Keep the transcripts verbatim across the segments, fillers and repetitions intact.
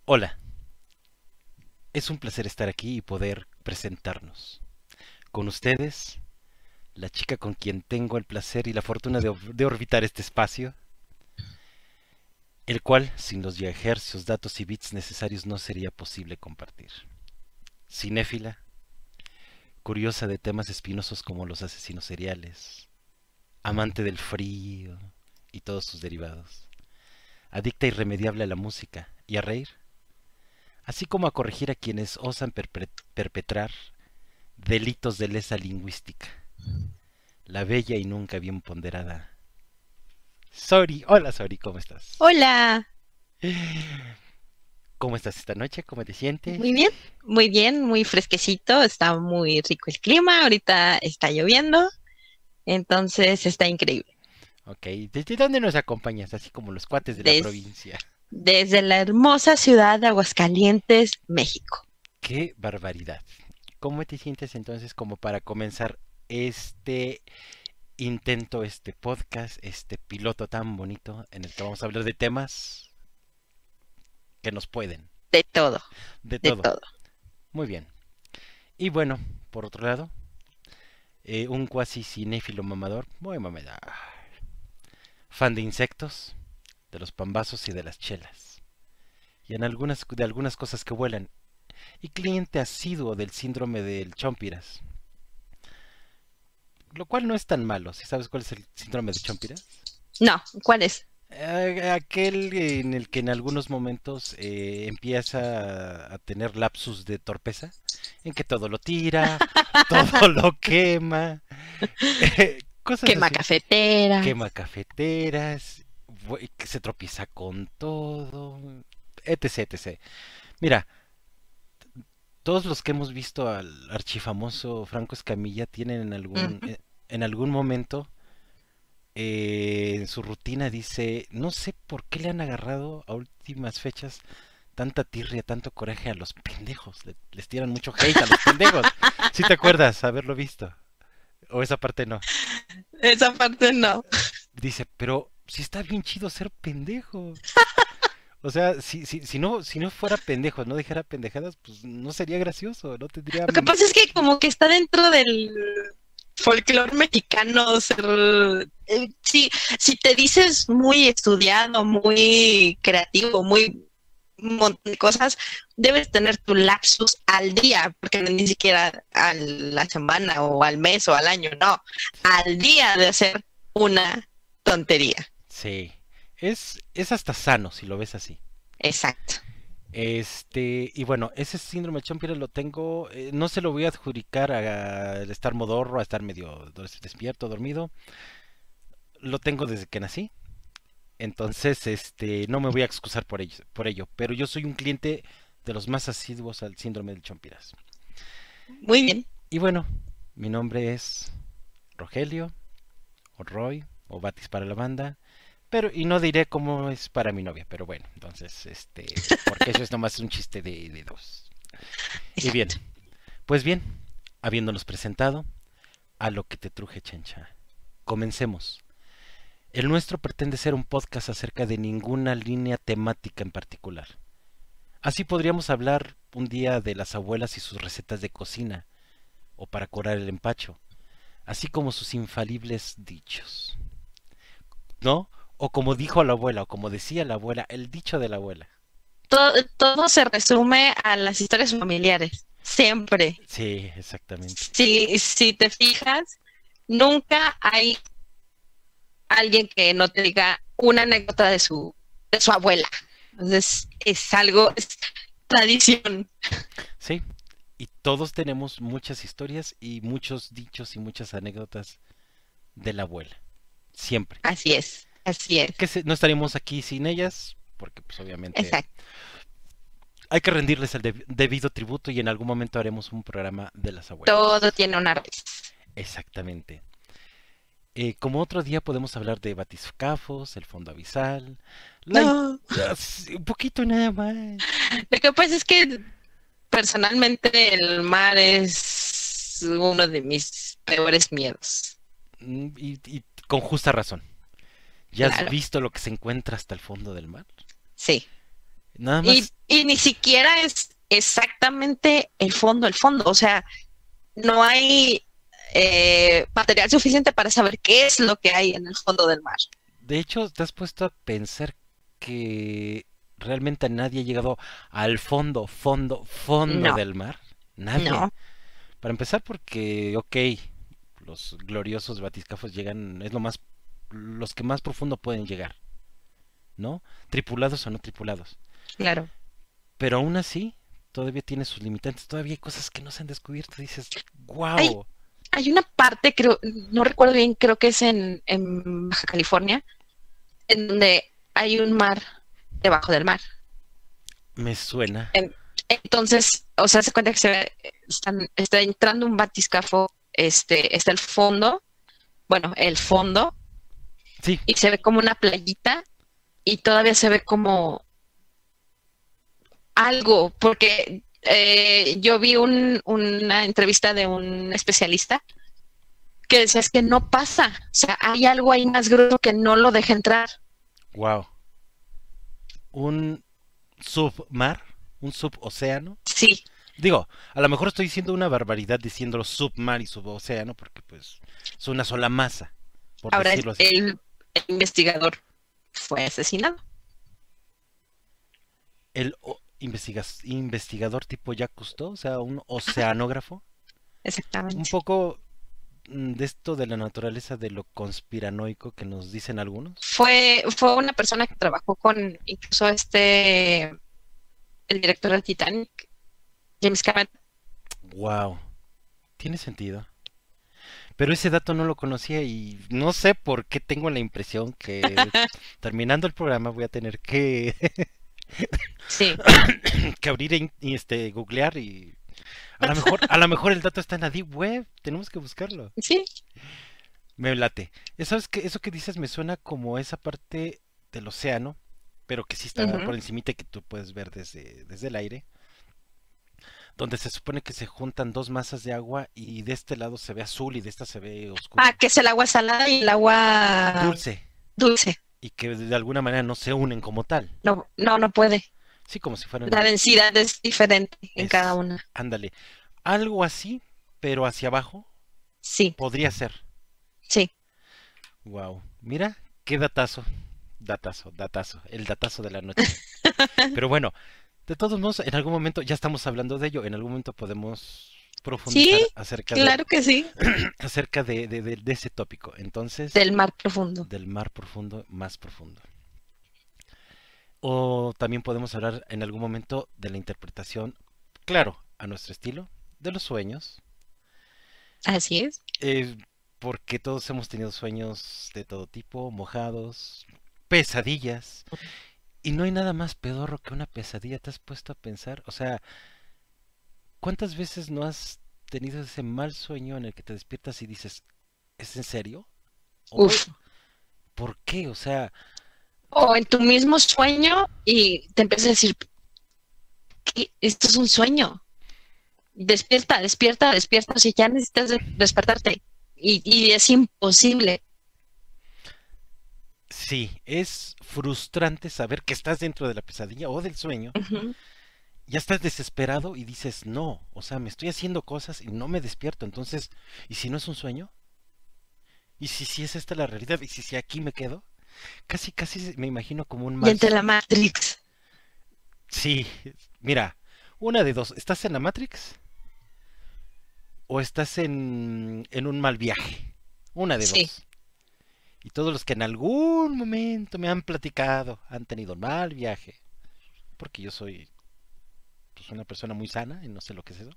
Hola, es un placer estar aquí y poder presentarnos. Con ustedes, la chica con quien tengo el placer y la fortuna de, de orbitar este espacio, el cual, sin los gigahercios, datos y bits necesarios, no sería posible compartir. Cinéfila, curiosa de temas espinosos como los asesinos seriales, amante del frío y todos sus derivados, adicta irremediable a la música y a reír, así como a corregir a quienes osan perpre- perpetrar delitos de lesa lingüística. La bella y nunca bien ponderada Sori. Hola Sori, ¿cómo estás? Hola, ¿Cómo estás esta noche? ¿Cómo te sientes? muy bien, muy bien, muy fresquecito, está muy rico el clima, ahorita está lloviendo, entonces está increíble. Ok, ¿desde dónde nos acompañas? Así como los cuates de la Des- provincia. desde la hermosa ciudad de Aguascalientes, México. ¡Qué barbaridad! ¿Cómo te sientes entonces como para comenzar este intento, este podcast, este piloto tan bonito en el que vamos a hablar de temas que nos pueden? De todo, De de todo. todo. Muy bien. Y bueno, por otro lado, eh, un cuasi cinéfilo mamador, muy mameda, fan de insectos, de los pambazos y de las chelas, y en algunas, de algunas cosas que vuelan, y cliente asiduo del síndrome del Chompiras, lo cual no es tan malo. ¿Si sabes cuál es el síndrome de Chompiras? No, ¿cuál es? Eh, aquel en el que en algunos momentos eh, empieza a, a tener lapsus de torpeza, en que todo lo tira, todo lo quema, eh, cosas Quema así. Quema cafeteras. cafeteras, que se tropieza con todo, etc, etcétera. Mira, todos los que hemos visto al archifamoso Franco Escamilla tienen en algún, Ujú. eh, en algún momento eh, en su rutina dice, no sé por qué le han agarrado a últimas fechas tanta tirria, tanto coraje a los pendejos. Le- les tiran mucho hate a los pendejos. Si te acuerdas haberlo visto. O esa parte no. Esa parte no. Dice, pero si está bien chido ser pendejo. O sea, si, si, si no, si no fuera pendejo, no dijera pendejadas, pues no sería gracioso, no tendría... Lo que pasa es que como que está dentro del folclore mexicano, ser, eh, sí, si te dices muy estudiado, muy creativo, muy un montón de cosas, debes tener tu lapsus al día, porque no ni siquiera a la semana o al mes o al año, no, al día de hacer una tontería. Sí, es, es hasta sano si lo ves así. Exacto. Este, y bueno, ese síndrome de Chompiras lo tengo, eh, no se lo voy a adjudicar a, a estar modorro, a estar medio despierto, dormido. Lo tengo desde que nací. Entonces, este, no me voy a excusar por ello, por ello, pero yo soy un cliente de los más asiduos al síndrome del Chompiras. Muy bien. Y bueno, mi nombre es Rogelio, o Roy, o Batis para la banda, pero, y no diré cómo es para mi novia, pero bueno, entonces, este, porque eso es nomás un chiste de, de dos. Y bien, Exacto. pues bien, habiéndonos presentado, a lo que te truje, chencha. Comencemos. El nuestro pretende ser un podcast acerca de ninguna línea temática en particular. Así podríamos hablar un día de las abuelas y sus recetas de cocina, o para curar el empacho, así como sus infalibles dichos, ¿no? O como dijo la abuela, o como decía la abuela, el dicho de la abuela. Todo, todo se resume a las historias familiares, siempre. Sí, exactamente. Si, si te fijas, nunca hay alguien que no te diga una anécdota de su, de su abuela. Entonces, es algo, es tradición. Sí, y todos tenemos muchas historias y muchos dichos y muchas anécdotas de la abuela. Siempre. Así es, así es. Que se- no estaríamos aquí sin ellas, porque pues obviamente Exacto. hay que rendirles el deb- debido tributo y en algún momento haremos un programa de las Todo abuelas. tiene una raíz. Exactamente. Eh, como otro día podemos hablar de batiscafos, el fondo abisal, la in- No. ah, sí, un poquito nada más. Lo que pasa es que personalmente el mar es uno de mis peores miedos. Mm, Y, y con justa razón. ¿Ya has Claro, visto lo que se encuentra hasta el fondo del mar? sí. Nada Y más. y ni siquiera es exactamente el fondo, el fondo. O sea, no hay eh, material suficiente para saber qué es lo que hay en el fondo del mar. De hecho, ¿te has puesto a pensar que realmente nadie ha llegado al fondo, fondo, fondo No, del mar? Nadie. no, Para empezar porque, ok, los gloriosos batiscafos llegan, es lo más, los que más profundo pueden llegar, ¿no? Tripulados o no tripulados. claro. Pero aún así, todavía tiene sus limitantes, todavía hay cosas que no se han descubierto. Dices, Hay, wow, hay una parte, creo, no recuerdo bien, creo que es en, en Baja California, en donde hay un mar debajo del mar. me suena. En- entonces, o sea, se cuenta que se ve, están, está entrando un batiscafo, este, está el fondo, bueno, el fondo, Sí, y se ve como una playita, y todavía se ve como algo, porque eh, yo vi un, una entrevista de un especialista que decía es que no pasa, o sea, hay algo ahí más grueso que no lo deja entrar. wow. Un submar, un subocéano. Sí, Digo, a lo mejor estoy diciendo una barbaridad diciéndolo submar y subocéano porque pues es una sola masa, por ahora el, decirlo así. el investigador fue asesinado. El o- investiga- investigador tipo Jacques Cousteau, o sea, un Ajá, oceanógrafo, un exactamente. poco mm, de esto de la naturaleza de lo conspiranoico que nos dicen algunos. Fue, fue una persona que trabajó con incluso este, el director del Titanic, James Cameron. Wow, tiene sentido. Pero ese dato no lo conocía y no sé por qué tengo la impresión que terminando el programa voy a tener que, Sí, que abrir e in- y este googlear y a lo mejor a lo mejor el dato está en la deep web, tenemos que buscarlo. sí. Me late. Eso es que eso que dices me suena como esa parte del océano, pero que sí está Ujú. por encimita y que tú puedes ver desde desde el aire, donde se supone que se juntan dos masas de agua y de este lado se ve azul y de esta se ve Ah, oscuro. que es el agua salada y el agua Dulce dulce. y que de alguna manera no se unen como tal. No, no, no puede. Sí, como si La fueran densidad es diferente en cada es una. ándale, algo así, pero hacia abajo Sí, podría ser. sí. Wow. Mira, qué datazo. Datazo, datazo, el datazo de la noche. Pero bueno, de todos modos, en algún momento ya estamos hablando de ello, en algún momento podemos profundizar Sí, acerca de claro que sí. acerca de, de, de- de ese tópico. Entonces, Del mar profundo. del mar profundo, más profundo. O también podemos hablar en algún momento de la interpretación, claro, a nuestro estilo, de los sueños. Así es. Eh, porque todos hemos tenido sueños de todo tipo, mojados, pesadillas. Y no hay nada más pedorro que una pesadilla. ¿Te has puesto a pensar? O sea, ¿cuántas veces no has tenido ese mal sueño en el que te despiertas y dices, ¿es en serio? ¿O Uf. por qué? O sea, O en tu mismo sueño y te empiezas a decir, ¿qué? Esto es un sueño. Despierta, despierta, despierta. Si ya necesitas de- despertarte. Y, y es imposible. sí, es frustrante saber que estás dentro de la pesadilla o del sueño. Ujú. Ya estás desesperado y dices, no, o sea, me estoy haciendo cosas y no me despierto. Entonces, ¿y si no es un sueño? ¿Y si, si es esta la realidad? ¿Y si, si aquí me quedo? Casi, casi me imagino como un Y mal... entre la Matrix. Sí, mira, una de dos, ¿estás en la Matrix o estás en, en un mal viaje? Una de Sí. dos. Y todos los que en algún momento me han platicado han tenido un mal viaje, porque yo soy pues, una persona muy sana y no sé lo que es eso.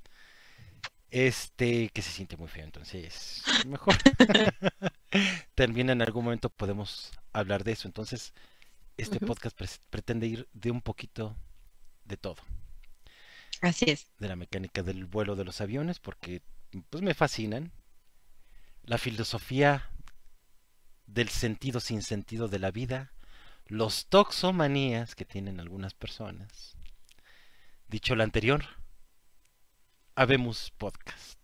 Este, que se siente muy feo, entonces mejor también en algún momento podemos hablar de eso. Entonces, este Ujú. podcast pre- pretende ir de un poquito de todo, Así es. de la mecánica del vuelo de los aviones, porque pues me fascinan, la filosofía del sentido sin sentido de la vida, los toxomanías que tienen algunas personas. Dicho lo anterior, habemos podcast.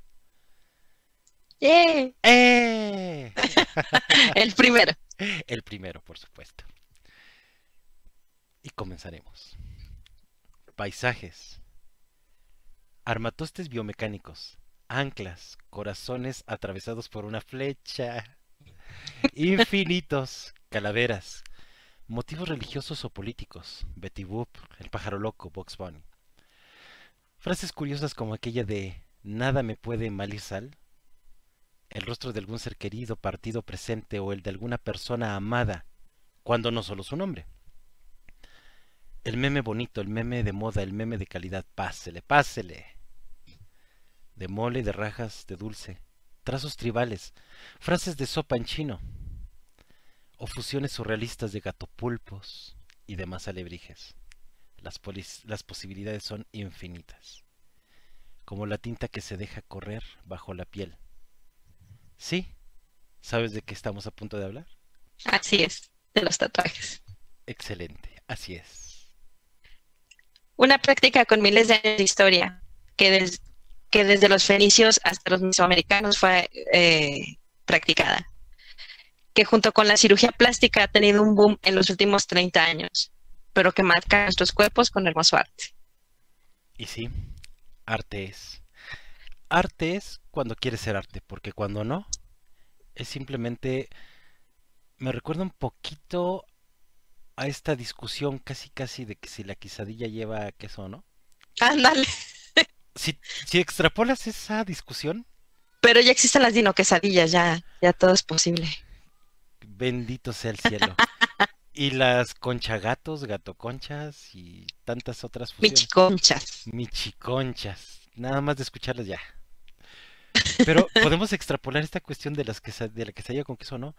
¡Yeah! ¡Eh! El primero. El primero, por supuesto. Y comenzaremos. paisajes, armatostes biomecánicos, anclas, corazones atravesados por una flecha, infinitos, calaveras, motivos religiosos o políticos, Betty Boop, el pájaro loco, Bugs Bunny. Frases curiosas como aquella de nada me puede malir sal, el rostro de algún ser querido, partido presente o el de alguna persona amada, cuando no solo su nombre. El meme bonito, el meme de moda, el meme de calidad, pásele, pásele. De mole, de rajas, de dulce, trazos tribales, frases de sopa en chino, o fusiones surrealistas de gatopulpos y demás alebrijes. Las, las posibilidades son infinitas, como la tinta que se deja correr bajo la piel. ¿Sí? ¿Sabes de qué estamos a punto de hablar? Así es, de los tatuajes. Excelente, así es. Una práctica con miles de años de historia, que, des, que desde los fenicios hasta los mesoamericanos fue eh, practicada, que junto con la cirugía plástica ha tenido un boom en los últimos treinta años, pero que marca nuestros cuerpos con hermoso arte. Y sí, arte es. Arte es cuando quiere ser arte, porque cuando no, es simplemente... Me recuerda un poquito a esta discusión casi casi de que si la quesadilla lleva queso o no. Ándale. Si, si extrapolas esa discusión... Pero ya existen las dino quesadillas, ya, ya todo es posible. Bendito sea el cielo. Y las conchagatos, gatoconchas y tantas otras fusiones. Michiconchas. Michiconchas. Nada más de escucharlas ya. Pero podemos extrapolar esta cuestión de, las quesa, de la quesadilla con queso, ¿no?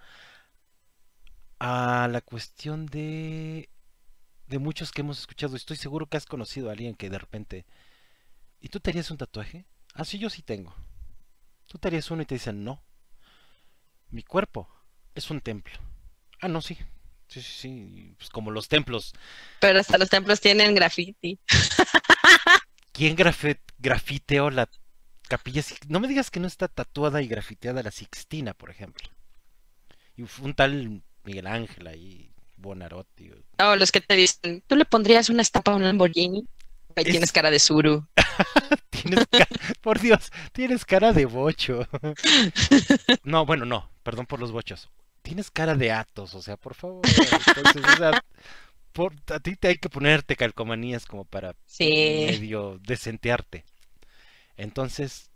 A la cuestión de... De muchos que hemos escuchado. Estoy seguro que has conocido a alguien que de repente... ¿Y tú te harías un tatuaje? Ah, sí, yo sí tengo. Tú te harías uno y te dicen, no. Mi cuerpo es un templo. Ah, no, sí. Sí, sí, sí. Pues como los templos. Pero hasta los templos tienen graffiti. ¿Quién grafit, grafiteó la capilla? No me digas que no está tatuada y grafiteada la Sixtina, por ejemplo. Y un tal Miguel Ángel ahí, Buonarroti. O oh, los que te dicen, ¿tú le pondrías una estampa a un Lamborghini? Ahí es... tienes cara de suru. Tienes cara... Por Dios, tienes cara de bocho. No, bueno, no, perdón por los bochos. Tienes cara de Atos, o sea, por favor. Entonces, o sea, por, a ti te hay que ponerte calcomanías como para sí. medio decentearte. Entonces,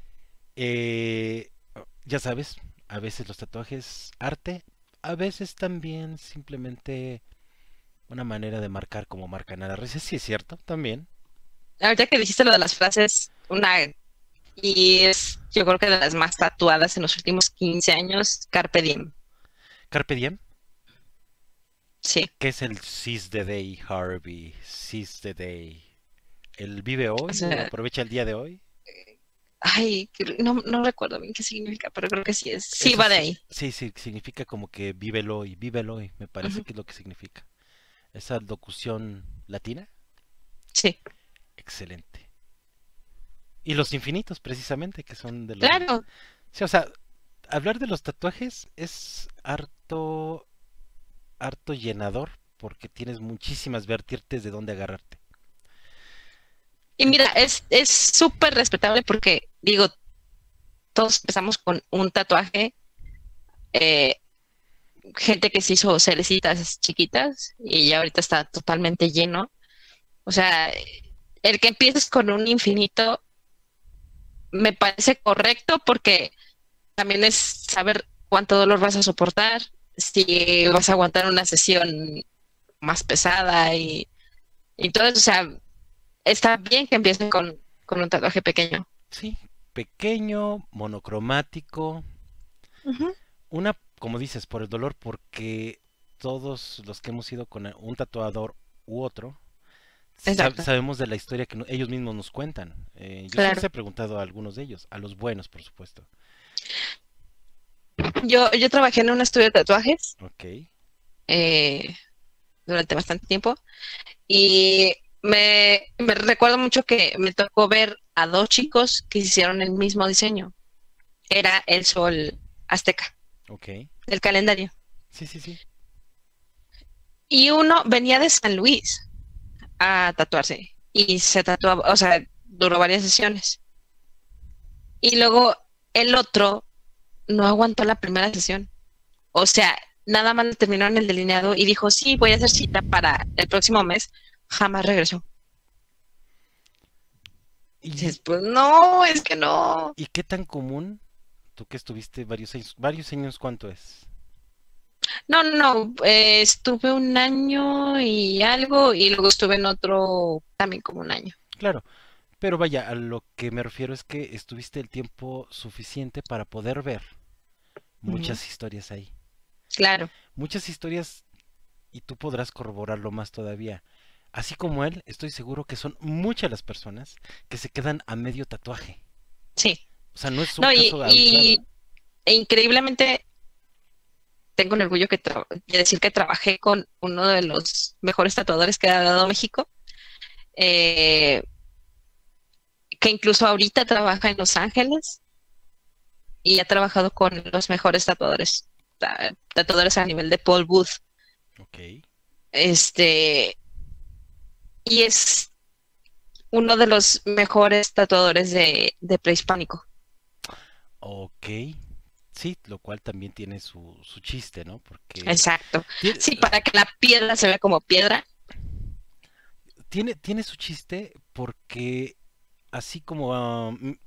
eh, ya sabes, a veces los tatuajes arte, a veces también simplemente una manera de marcar como marcan a la risa. Sí, es cierto, también. Ahorita que dijiste lo de las frases, una y es yo creo que de las más tatuadas en los últimos quince años, Carpe Diem. ¿Carpe Diem? Sí. ¿Qué es el seize the day, Harvey? Seize the day. ¿El vive hoy? O sea, ¿aprovecha el día de hoy? Ay, no, no recuerdo bien qué significa, pero creo que sí es. Sí, Eso va de ahí. Sí, sí, significa como que vívelo hoy, vívelo hoy, me parece uh-huh. que es lo que significa. ¿Esa locución latina? Sí. Excelente. Y los infinitos, precisamente, que son de los... Claro. Sí, o sea, hablar de los tatuajes es harto, harto llenador, porque tienes muchísimas vertientes de dónde agarrarte. Y mira, es es súper respetable porque, digo, todos empezamos con un tatuaje, eh, gente que se hizo celecitas chiquitas y ya ahorita está totalmente lleno. O sea, el que empieces con un infinito me parece correcto porque también es saber cuánto dolor vas a soportar, si vas a aguantar una sesión más pesada y, y todo eso, o sea, está bien que empiecen con, con un tatuaje pequeño. Sí, pequeño, monocromático. Uh-huh. Una, como dices, por el dolor, porque todos los que hemos ido con un tatuador u otro, sab- sabemos de la historia que no, ellos mismos nos cuentan. Eh, yo claro. les he preguntado a algunos de ellos, a los buenos, por supuesto. Yo, yo trabajé en un estudio de tatuajes. Ok. Eh, durante bastante tiempo. Y me, me recuerdo mucho que me tocó ver a dos chicos que hicieron el mismo diseño. Era el sol azteca. Ok. Del calendario. Sí, sí, sí. Y uno venía de San Luis a tatuarse. y se tatuó, o sea, duró varias sesiones. Y luego el otro no aguantó la primera sesión. O sea, nada más terminó en el delineado y dijo, sí, voy a hacer cita para el próximo mes. Jamás regresó. Y ¿Y, dices, pues no, es que no. y qué tan común, tú que estuviste varios años, varios años, ¿cuánto es? No, no, no, eh, estuve un año y algo y luego estuve en otro también como un año. Claro, pero vaya, a lo que me refiero es que estuviste el tiempo suficiente para poder ver Ujú. muchas historias ahí. Claro, Muchas historias, y tú podrás corroborarlo más todavía. Así como él, estoy seguro que son muchas las personas que se quedan a medio tatuaje. sí. O sea, no es un No, y, caso aislado. y e increíblemente tengo el orgullo que tra- de decir que trabajé con uno de los mejores tatuadores que ha dado México, eh, que incluso ahorita trabaja en Los Ángeles y ha trabajado con los mejores tatuadores, ta- tatuadores a nivel de Paul Booth. Ok, Este, y es uno de los mejores tatuadores de, de prehispánico. ok. Sí, lo cual también tiene su, su chiste, ¿no? Porque Exacto. tiene, Sí, para que la piedra se vea como piedra. tiene, tiene su chiste porque así como ah, mm,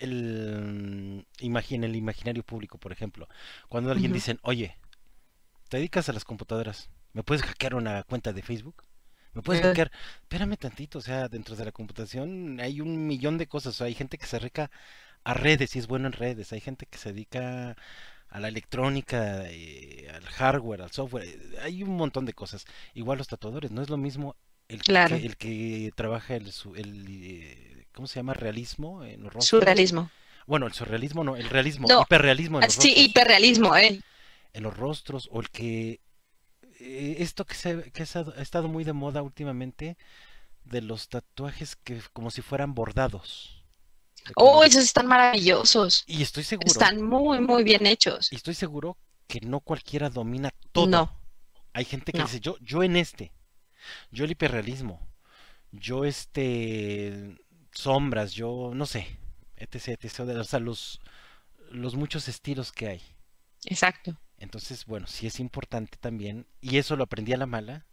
el, imagina el imaginario público, por ejemplo, cuando alguien Ujú. dice, oye, te dedicas a las computadoras, ¿me puedes hackear una cuenta de Facebook? ¿Me puedes Eh, hackear? Espérame tantito, o sea, dentro de la computación hay un millón de cosas, o sea, hay gente que se dedica a redes y es bueno en redes, hay gente que se dedica a la electrónica, eh, al hardware, al software, eh, hay un montón de cosas. Igual los tatuadores, no es lo mismo el que claro, el que trabaja el, su- el eh, ¿cómo se llama? Realismo en los rostros. surrealismo. Bueno, el surrealismo no, el realismo, No, hiperrealismo en los sí, rostros. hiperrealismo, eh. En los rostros, o el que eh, esto que, se, que se ha, ha estado muy de moda últimamente, de los tatuajes que como si fueran bordados de Oh, colores. esos están maravillosos. Y estoy seguro, Están muy, muy bien hechos. y estoy seguro que no cualquiera domina todo. No, Hay gente que no. dice, yo, yo en este, yo el hiperrealismo, yo este sombras, yo no sé, etc, etc, o sea, los, los muchos estilos que hay. Exacto. Entonces, bueno, sí es importante también, y eso lo aprendí a la mala,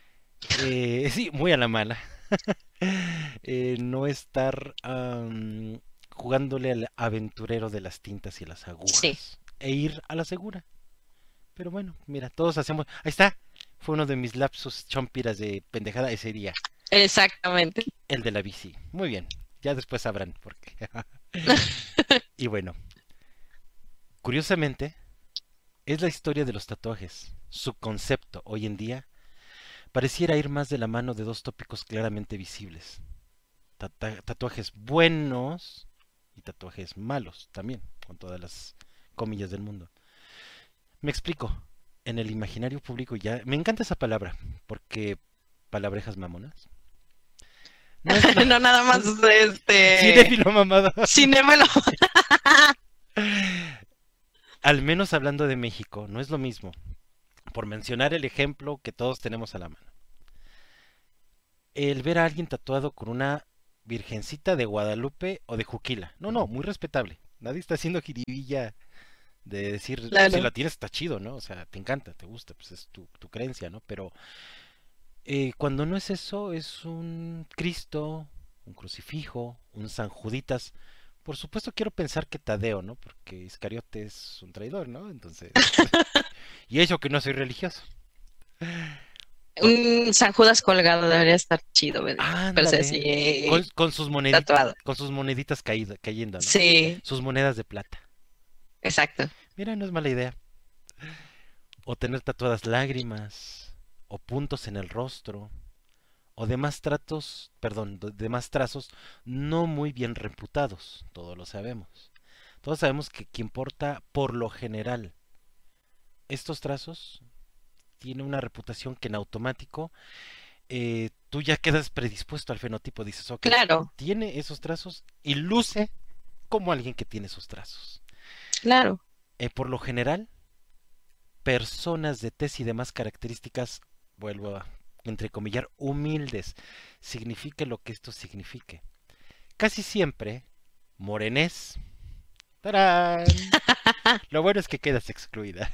eh, sí, muy a la mala, eh, no estar am, jugándole al aventurero de las tintas y las Sí, agujas, e ir a la segura. Pero bueno, mira, todos hacemos, ahí está, fue uno de mis lapsus chompiras de pendejada ese día, exactamente. el de la bici. Muy bien, ya después sabrán por qué. Y bueno, curiosamente, es la historia de los tatuajes. Su concepto hoy en día pareciera ir más de la mano de dos tópicos claramente visibles. Tata- tatuajes buenos y tatuajes malos también, con todas las comillas del mundo. Me explico. En el imaginario público ya... Me encanta esa palabra, porque palabrejas mamonas. No es lo... No nada más este Cinéfilo mamado. cinémelo. Al menos hablando de México, no es lo mismo. Por mencionar el ejemplo que todos tenemos a la mano. El ver a alguien tatuado con una virgencita de Guadalupe o de Juquila. No, no, muy respetable. Nadie está haciendo jiribilla de decir, si Claro. la tienes está chido, ¿no? O sea, te encanta, te gusta, pues es tu, tu creencia, ¿no? Pero eh, cuando no es eso, es un Cristo, un crucifijo, un San Juditas. Por supuesto quiero pensar que Tadeo, ¿no? Porque Iscariote es un traidor, ¿no? Entonces... Y eso que no soy religioso. Por... Un San Judas colgado debería estar chido, ¿verdad? Pero sea así Ándale. Con, eh, con sus moneditas, tatuado. con sus moneditas caída, cayendo, ¿no? Sí, Sus monedas de plata. exacto. Mira, no es mala idea. O tener tatuadas lágrimas, o puntos en el rostro, o demás tratos, perdón, de- demás trazos no muy bien reputados. Todos lo sabemos. Todos sabemos que quien porta, por lo general, estos trazos tiene una reputación que en automático eh, tú ya quedas predispuesto al fenotipo. Dices, ok, Claro, tiene esos trazos y luce como alguien que tiene esos trazos. claro. Eh, por lo general, personas de tez y demás características, vuelvo a entrecomillar, humildes, signifique lo que esto signifique. Casi siempre, morenés. ¡Tarán! Lo bueno es que quedas excluida.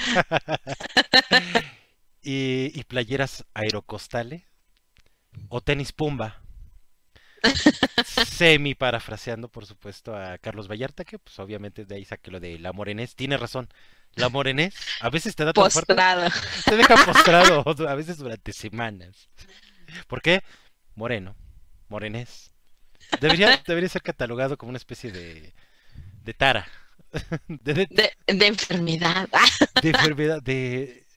y, y playeras aerocostales o tenis pumba. Semi parafraseando, por supuesto, a Carlos Vallarta, que pues obviamente de ahí saqué lo de la morenés. Tiene razón. La morenés a veces te da tan fuerte, Postrado. te deja postrado, a veces durante semanas. ¿Por qué? Moreno, morenés. Debería, debería ser catalogado como una especie de, de tara, de, de, De, de enfermedad. de enfermedad, de...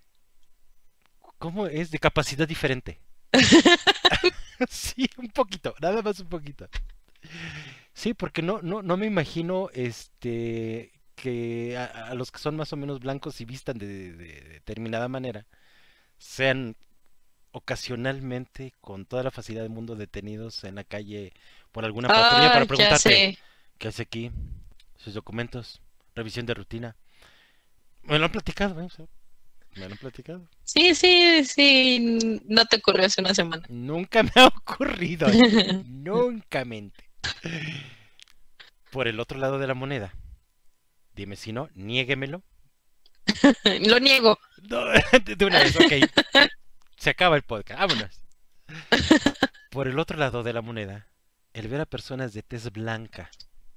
¿Cómo es? De capacidad diferente. Sí, un poquito, nada más un poquito. Sí, porque no, no, no me imagino este que a, a los que son más o menos blancos y vistan de, de- de determinada manera sean ocasionalmente con toda la facilidad del mundo detenidos en la calle por alguna patrulla Ah, para ya preguntarte sé. qué hace aquí, sus documentos, revisión de rutina. Me lo han platicado, ¿eh? O sea, me lo han platicado. Sí, sí, sí. No te ocurrió hace una semana. Nunca me ha ocurrido, ¿eh? Nunca mente. Por el otro lado de la moneda, dime si no, niéguemelo. Lo niego. No, de una vez, ok. Se acaba el podcast, vámonos. Por el otro lado de la moneda, el ver a personas de tez blanca.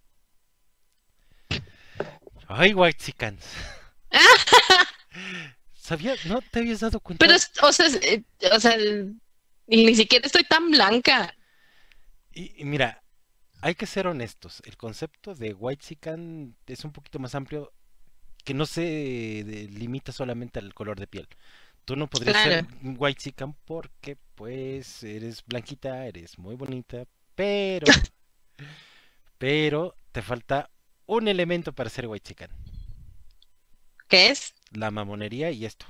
Ay, whitexicans. ¿Sabía? ¿No te habías dado cuenta? Pero, es- o sea, es- eh, o sea, el- ni siquiera estoy tan blanca. Y, y mira, hay que ser honestos. El concepto de whitexican es un poquito más amplio que no se de- limita solamente al color de piel. Tú no podrías ser Claro. un whitexican porque, pues, eres blanquita, eres muy bonita, pero, pero te falta un elemento para ser whitexican. ¿Qué es? La mamonería y esto.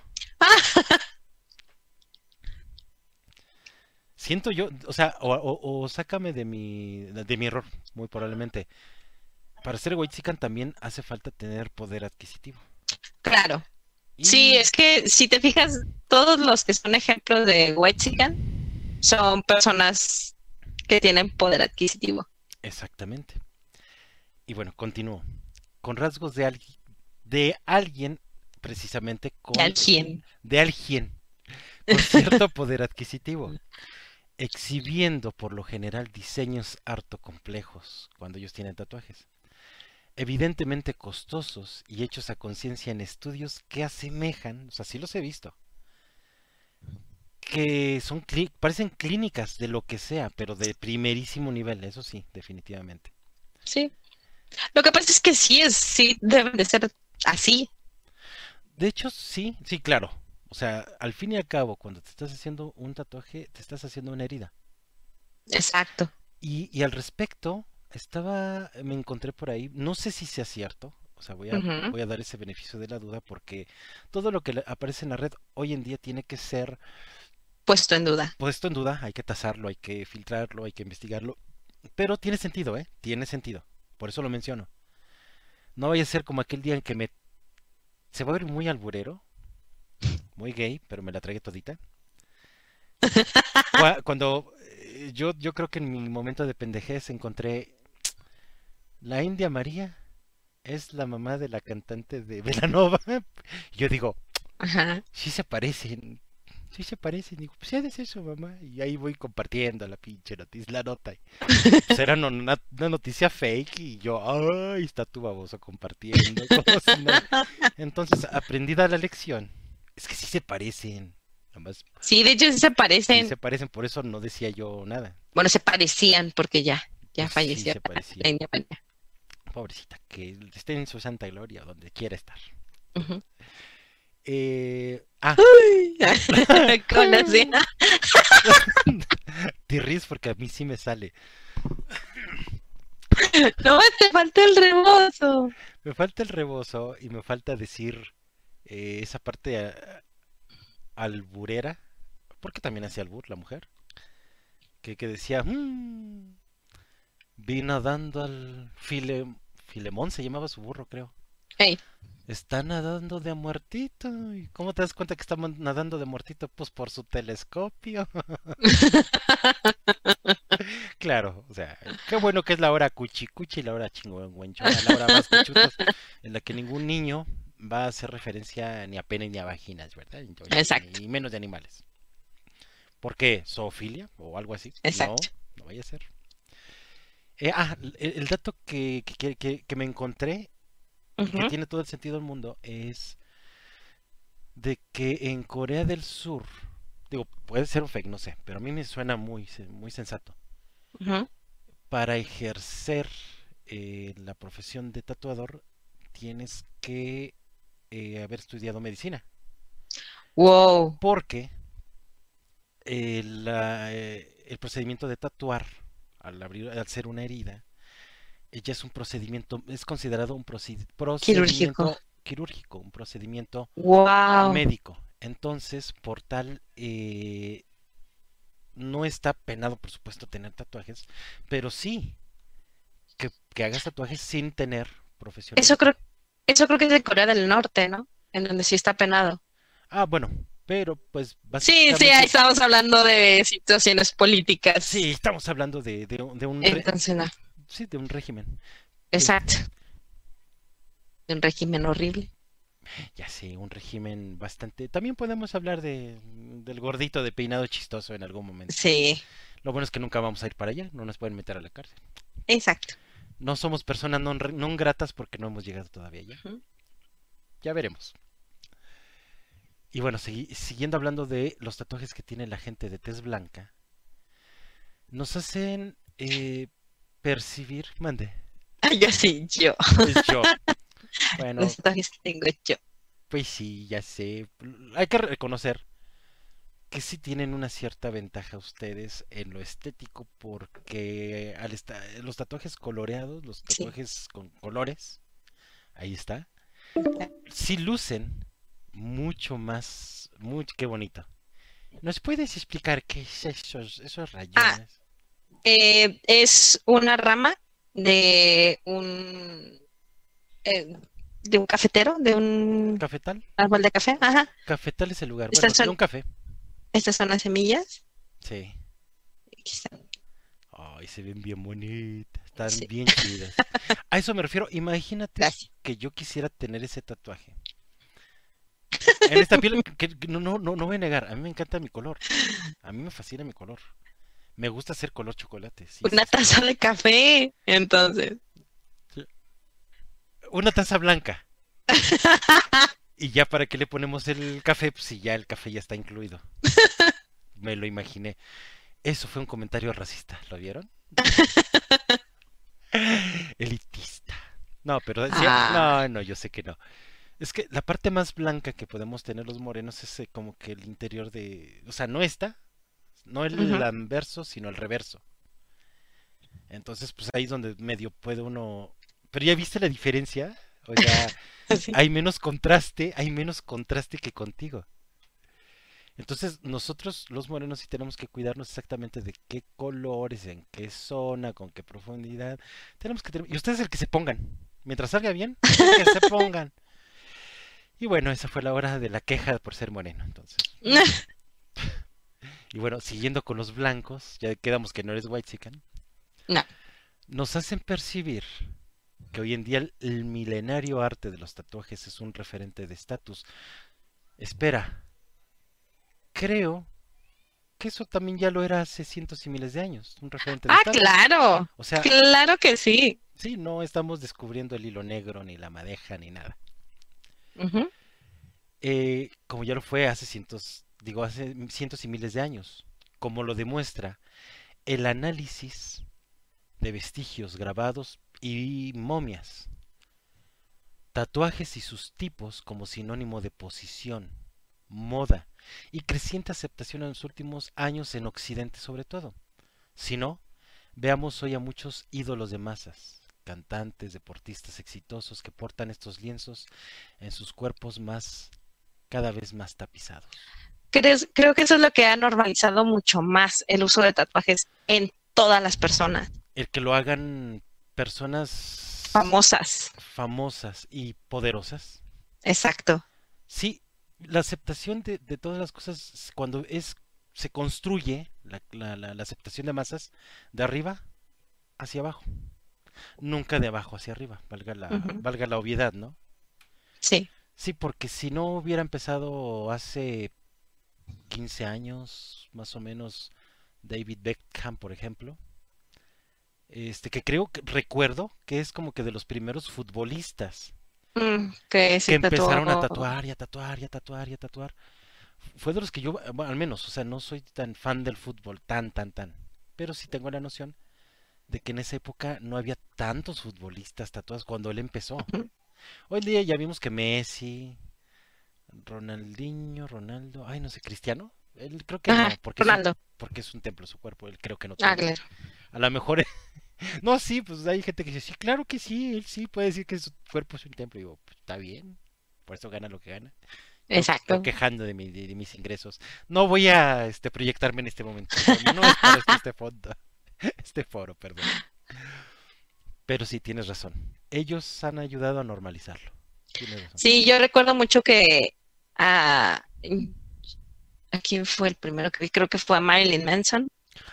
Siento yo, o sea, o, o- o sácame de mi, de mi error, muy probablemente. Para ser whitexican también hace falta tener poder adquisitivo. Claro. Sí, Y es que si te fijas, todos los que son ejemplos de Whitexican son personas que tienen poder adquisitivo. exactamente. Y bueno, continúo. Con rasgos de, algui- de alguien, precisamente ¿Y con... alguien? De alguien, con cierto poder adquisitivo. Exhibiendo por lo general diseños harto complejos cuando ellos tienen tatuajes. Evidentemente costosos y hechos a conciencia en estudios que asemejan, o sea, sí los he visto, que son clí- parecen clínicas de lo que sea, pero de primerísimo nivel, eso sí, definitivamente. Sí. Lo que pasa es que sí es, sí deben de ser así. De hecho, sí, sí, claro. O sea, al fin y al cabo, cuando te estás haciendo un tatuaje, te estás haciendo una herida. Exacto. Y, y al respecto, estaba, me encontré por ahí, no sé si sea cierto, o sea, voy a, Ujú. voy a dar ese beneficio de la duda porque todo lo que le- aparece en la red hoy en día tiene que ser Puesto en duda. puesto en duda, hay que tasarlo, hay que filtrarlo, hay que investigarlo, pero tiene sentido, ¿eh? Tiene sentido, por eso lo menciono. No vaya a ser como aquel día en que me... Se va a ver muy alburero, muy gay, pero me la tragué todita. Cua- Cuando eh, yo, yo creo que en mi momento de pendejez encontré la India María es la mamá de la cantante de Belanova. Yo digo, Ajá. sí se parecen, sí se parecen. Digo, pues ya de ser su mamá. Y ahí voy compartiendo la pinche noticia, la nota. Y, pues era no- una, una noticia fake y yo, ay, está tu baboso compartiendo, como si nada. Entonces, aprendida la lección, es que sí se parecen. Nada más, Sí, de hecho sí se sí parecen. se parecen, por eso no decía yo nada. Bueno, se parecían porque ya, ya Pues sí falleció se la parecían. India María. Pobrecita, que esté en su santa gloria, donde quiera estar. Ujú. Eh, ah, Uy. Con así. te ríes porque a mí sí me sale. No, te falta el rebozo. Me falta el rebozo y me falta decir eh, esa parte a- alburera, porque también hacía albur la mujer, que, que decía, "Mm, vino dando al file, Filemón se llamaba su burro, creo. Hey. Está nadando de a muertito. ¿Y cómo te das cuenta que está mon- nadando de muertito? Pues por su telescopio. Claro, o sea, qué bueno que es la hora cuchi cuchi, la hora chingüengüenchona, la hora más cuchutos, en la que ningún niño va a hacer referencia ni a pene ni a vaginas, ¿verdad? Entonces, Exacto, ni menos de animales. ¿Por qué? ¿Zoofilia o algo así? No, exacto. no vaya a ser. Eh, ah, el, el dato que, que, que, que me encontré y que Ujú, tiene todo el sentido del mundo es de que en Corea del Sur, digo, puede ser un fake, no sé, pero a mí me suena muy, se- muy sensato. ujú. Para ejercer eh, la profesión de tatuador, tienes que eh, haber estudiado medicina. Wow. Porque eh, la, eh, el procedimiento de tatuar, al, abrir, al ser una herida, eh, ya es un procedimiento, es considerado un proced- Quirúrgico. procedimiento quirúrgico, un procedimiento Wow. médico. Entonces, por tal, eh, no está penado, por supuesto, tener tatuajes, pero sí que, que hagas tatuajes sin tener profesión Eso médica. creo, eso creo que es de Corea del Norte, ¿no? En donde sí está penado. Ah, bueno, pero pues Sí, sí, ahí básicamente, estamos hablando de situaciones sí, políticas. estamos hablando de, de, un- de un, re- Entonces, no. sí, de un régimen. Eh, Exacto. De un régimen horrible. ya sé, un régimen bastante... También podemos hablar de, del gordito de peinado chistoso en algún momento. Sí, Lo bueno es que nunca vamos a ir para allá, no nos pueden meter a la cárcel. exacto. No somos personas non, non gratas porque no hemos llegado todavía allá. Ujú. Ya veremos. Y bueno, segui siguiendo hablando de los tatuajes que tiene la gente de tez blanca, nos hacen eh, percibir... Mande, Ah, yo sí, yo. es yo. Bueno, Los tatuajes que tengo yo. pues sí, ya sé. Hay que reconocer que sí tienen una cierta ventaja ustedes en lo estético porque al esta- los tatuajes coloreados, los Sí. tatuajes con colores, ahí está, sí lucen mucho más, muy, qué bonito. ¿Nos puedes explicar qué es esos, esos Ah, rayones? eh, es una rama de un eh, de un cafetero, de un ¿Cafetal? árbol de café. Ajá. Cafetal es el lugar, bueno, Estas de son, un café. estas son las semillas. Sí. Aquí están. Ay, se ven bien bonitas, están Sí, bien chidas. A eso me refiero, imagínate gracias. que yo quisiera tener ese tatuaje. En esta piel, que, que no, no, no, no voy a negar, a mí me encanta mi color. A mí me fascina mi color. Me gusta hacer color chocolate, sí, sí, Una sí. taza de café. Entonces. Sí. Una taza blanca. Y ya para qué le ponemos el café, pues si ya el café ya está incluido. Me lo imaginé. Eso fue un comentario racista, ¿lo vieron? Elitista. No, pero sí, Ah, no, no, yo sé que no. Es que la parte más blanca que podemos tener los morenos es eh, como que el interior de... O sea, no esta, no el ujú. anverso, sino el reverso. Entonces, pues ahí es donde medio puede uno... Pero ya viste la diferencia, o sea, Así. hay menos contraste, hay menos contraste que contigo. Entonces, nosotros los morenos sí tenemos que cuidarnos exactamente de qué colores, en qué zona, con qué profundidad. Tenemos que tener... Y ustedes el que se pongan. Mientras salga bien, el que se pongan. Y bueno, esa fue la hora de la queja por ser moreno, entonces. Y bueno, siguiendo con los blancos, ya quedamos que no eres white chicken, No. nos hacen percibir que hoy en día el, el milenario arte de los tatuajes es un referente de estatus. Espera, creo que eso también ya lo era hace cientos y miles de años, un referente de Ah, estatus. claro. O sea, Claro que sí. sí, no estamos descubriendo el hilo negro, ni la madeja, ni nada. Ujú. Eh, como ya lo fue hace cientos, digo, hace cientos y miles de años, como lo demuestra el análisis de vestigios grabados y momias, tatuajes y sus tipos como sinónimo de posición, moda y creciente aceptación en los últimos años en Occidente sobre todo. Si no, veamos hoy a muchos ídolos de masas, cantantes, deportistas exitosos que portan estos lienzos en sus cuerpos más cada vez más tapizados. ¿Crees- Creo que eso es lo que ha normalizado mucho más el uso de tatuajes en todas las personas. El que lo hagan personas famosas. famosas y poderosas. Exacto. Sí, la aceptación de, de todas las cosas cuando es se construye la, la, la, la aceptación de masas de arriba hacia abajo, nunca de abajo hacia arriba, valga la, Ujú. valga la obviedad, ¿no? Sí. Sí, porque si no hubiera empezado hace quince años, más o menos, David Beckham, por ejemplo, este que creo que recuerdo que es como que de los primeros futbolistas Mm, que que se empezaron a tatuó. tatuar y a tatuar y a tatuar y a tatuar. Fue de los que yo, bueno, al menos, o sea, no soy tan fan del fútbol, tan, tan, tan, pero sí tengo la noción de que en esa época no había tantos futbolistas tatuados cuando él empezó. Ujú. Hoy en día ya vimos que Messi, Ronaldinho, Ronaldo, ay, no sé, Cristiano, él creo que Ajá, no, porque es un, Ronaldo. porque es un templo su cuerpo, él creo que no Ah, tiene. claro. A lo mejor, no, sí, pues hay gente que dice, sí, claro que sí, él sí puede decir que su cuerpo es un templo. Y digo, pues, está bien, por eso gana lo que gana. Yo, yo Exacto. quejando de, mi, de, de mis ingresos. No voy a este, proyectarme en este momento. O sea, no es para esto este fondo, este foro, perdón. Pero sí, tienes razón. Ellos han ayudado a normalizarlo. Tienes razón. Sí, yo recuerdo mucho que a, ¿a quién fue el primero que vi? Creo que fue a Marilyn Manson.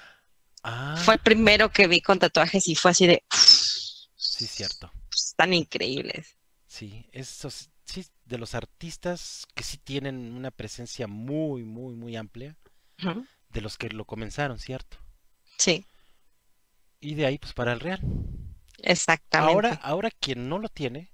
Fue Ah, el primero que vi con tatuajes y fue así de sí, cierto. "Uf, tan increíbles". Sí, esos, sí, de los artistas que sí tienen una presencia muy, muy, muy amplia, Ujú. de los que lo comenzaron, ¿cierto? Sí, Y de ahí, pues, para el Real. Ahora, exactamente. ahora quien no lo tiene,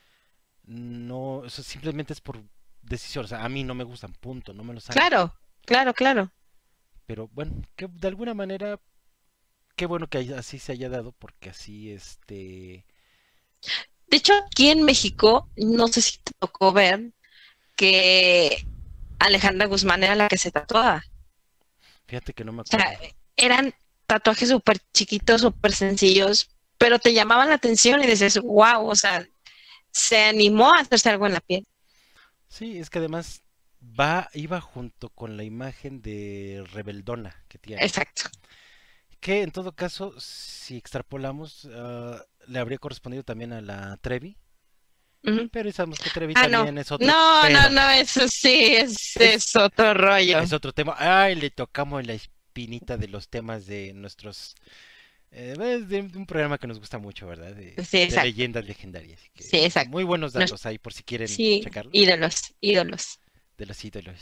no, eso simplemente es por decisión. O sea, a mí no me gustan, punto, no me los hagan. Claro, claro, claro. Pero bueno, que de alguna manera, qué bueno que haya- así se haya dado, porque así, este, De hecho, aquí en México, no sé si te tocó ver que Alejandra Guzmán era la que se tatuaba. fíjate que no me O sea, acuerdo. eran tatuajes súper chiquitos, súper sencillos, pero te llamaban la atención y dices, wow, o sea, se animó a hacerse algo en la piel. Sí, es que además va, iba junto con la imagen de Rebeldona que tiene. Exacto. Que en todo caso, si extrapolamos, ah, le habría correspondido también a la Trevi. Ujú. Pero ya sabemos que Trevi Ah, no. también es otro No, no, pedo. no, eso sí, es, Es, es otro rollo. es otro tema. Ay, le tocamos la espinita de los temas de nuestros... eh, es de, de un programa que nos gusta mucho, ¿verdad? De, Sí, de exacto. leyendas legendarias. Así Sí, que exacto. muy buenos Nos- datos ahí por si quieren sí, checarlos. ídolos, ídolos. De los ídolos.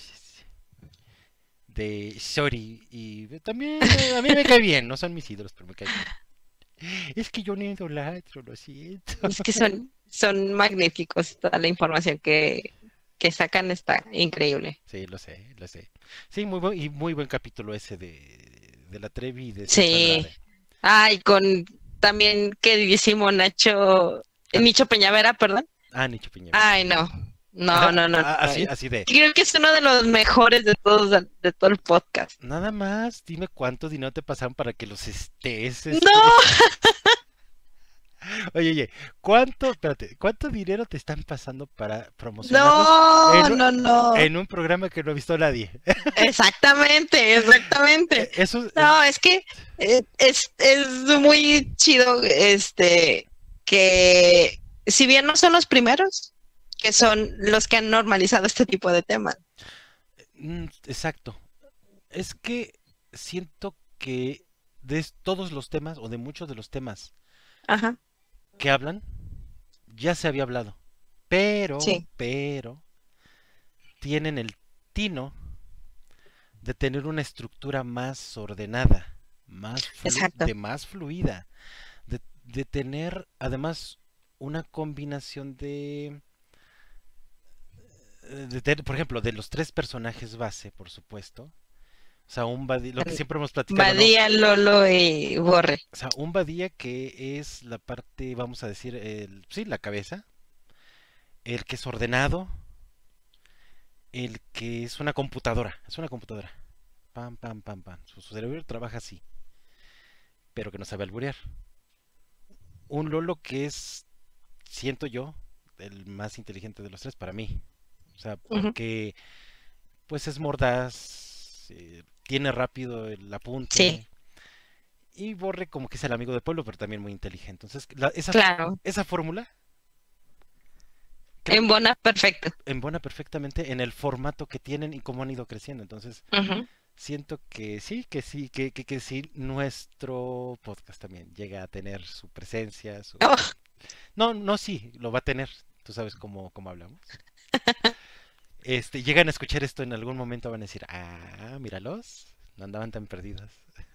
De Sori. Y también eh, a mí me cae bien. No son mis ídolos, pero me cae bien. Es que yo no idolatro, lo siento. Es que son, son magníficos. Toda la información que, que sacan está increíble. Sí, lo sé, lo sé. Sí, muy buen, y muy buen capítulo ese de, de la Trevi y de Sergio Sí. Andrade. Ay, con también queridísimo Nacho, Ah, Nicho Peñavera, perdón. ah, Nicho Piñavera. Ay, no. No, no, no, no. Así, así de, Creo que es uno de los mejores de todos, de todo el podcast. nada más, dime cuánto dinero te pasaron para que los estés, No, este... Oye, oye, ¿cuánto, espérate, cuánto dinero te están pasando para promocionarlos no, en, un- no, no. en un programa que no ha visto nadie? Exactamente, exactamente. Eh, Eso, es- No, es que eh, es, es muy chido, este, que si bien no son los primeros, que son los que han normalizado este tipo de temas. mm, exacto. Es que siento que de es- todos los temas, o de muchos de los temas Ajá, que hablan, ya se había hablado. Pero, sí, pero, tienen el tino de tener una estructura más ordenada, más flu- exacto. de más fluida, de, de tener además una combinación de, eh, de tener, por ejemplo, de los tres personajes base, por supuesto. O sea, un Badía, lo que siempre hemos platicado, ¿no? Badía, Lolo y Borre. O sea, un Badía que es la parte, vamos a decir, el, sí, la cabeza, el que es ordenado, el que es una computadora, es una computadora. Pam, pam, pam, pam. Su, su cerebro trabaja así, pero que no sabe alburear. Un Lolo que es, siento yo, el más inteligente de los tres para mí. O sea, Ujú. porque pues es mordaz, eh, tiene rápido el Sí, apunte y Borre como que es el amigo del pueblo, pero también muy inteligente. Entonces, la, esa, Claro, esa fórmula creo en que Bona, perfecto. embona perfectamente en el formato que tienen y cómo han ido creciendo. Entonces, Ujú. siento que sí, que sí, que, que, que sí, nuestro podcast también llega a tener su presencia, su... Oh, No, no, sí, lo va a tener. Tú sabes cómo, cómo hablamos. Este, llegan a escuchar esto en algún momento, van a decir, ah, míralos, no andaban tan perdidos.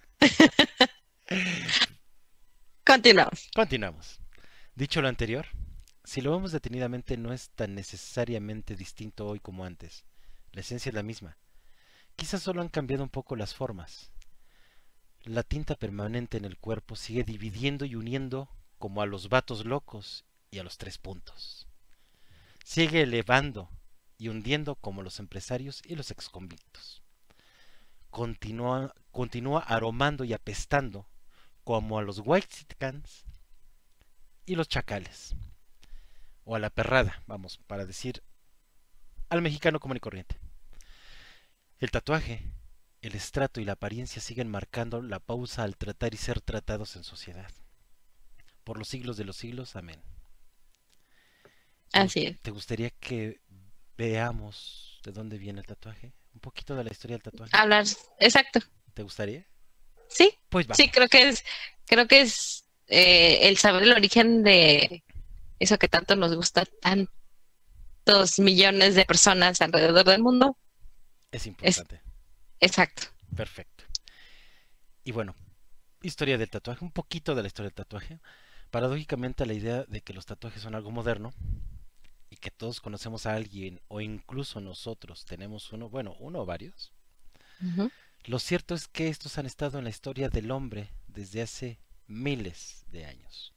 continuamos. Continuamos. Dicho lo anterior, si lo vemos detenidamente no es tan necesariamente distinto hoy como antes. La esencia es la misma. Quizás solo han cambiado un poco las formas. La tinta permanente en el cuerpo sigue dividiendo y uniendo como a los vatos locos y a los tres puntos. Sigue elevando y hundiendo como los empresarios y los exconvictos. Continúa, continúa aromando y apestando como a los whitexicans y los chacales. O a la perrada, vamos, para decir al mexicano común y corriente. El tatuaje, el estrato y la apariencia siguen marcando la pausa al tratar y ser tratados en sociedad. Por los siglos de los siglos, amén. ¿Te, gust- Así es. te gustaría que veamos de dónde viene el tatuaje? Un poquito de la historia del tatuaje. Hablar, exacto. ¿Te gustaría? Sí, Pues sí, vamos. creo que es, creo que es eh, el saber el origen de eso que tanto nos gusta a tantos millones de personas alrededor del mundo. Es Es importante. exacto. Perfecto. Y bueno, historia del tatuaje, un poquito de la historia del tatuaje. Paradójicamente la idea de que los tatuajes son algo moderno y que todos conocemos a alguien o incluso nosotros tenemos uno, bueno, uno o varios. Ujú. Lo cierto es que estos han estado en la historia del hombre desde hace miles de años.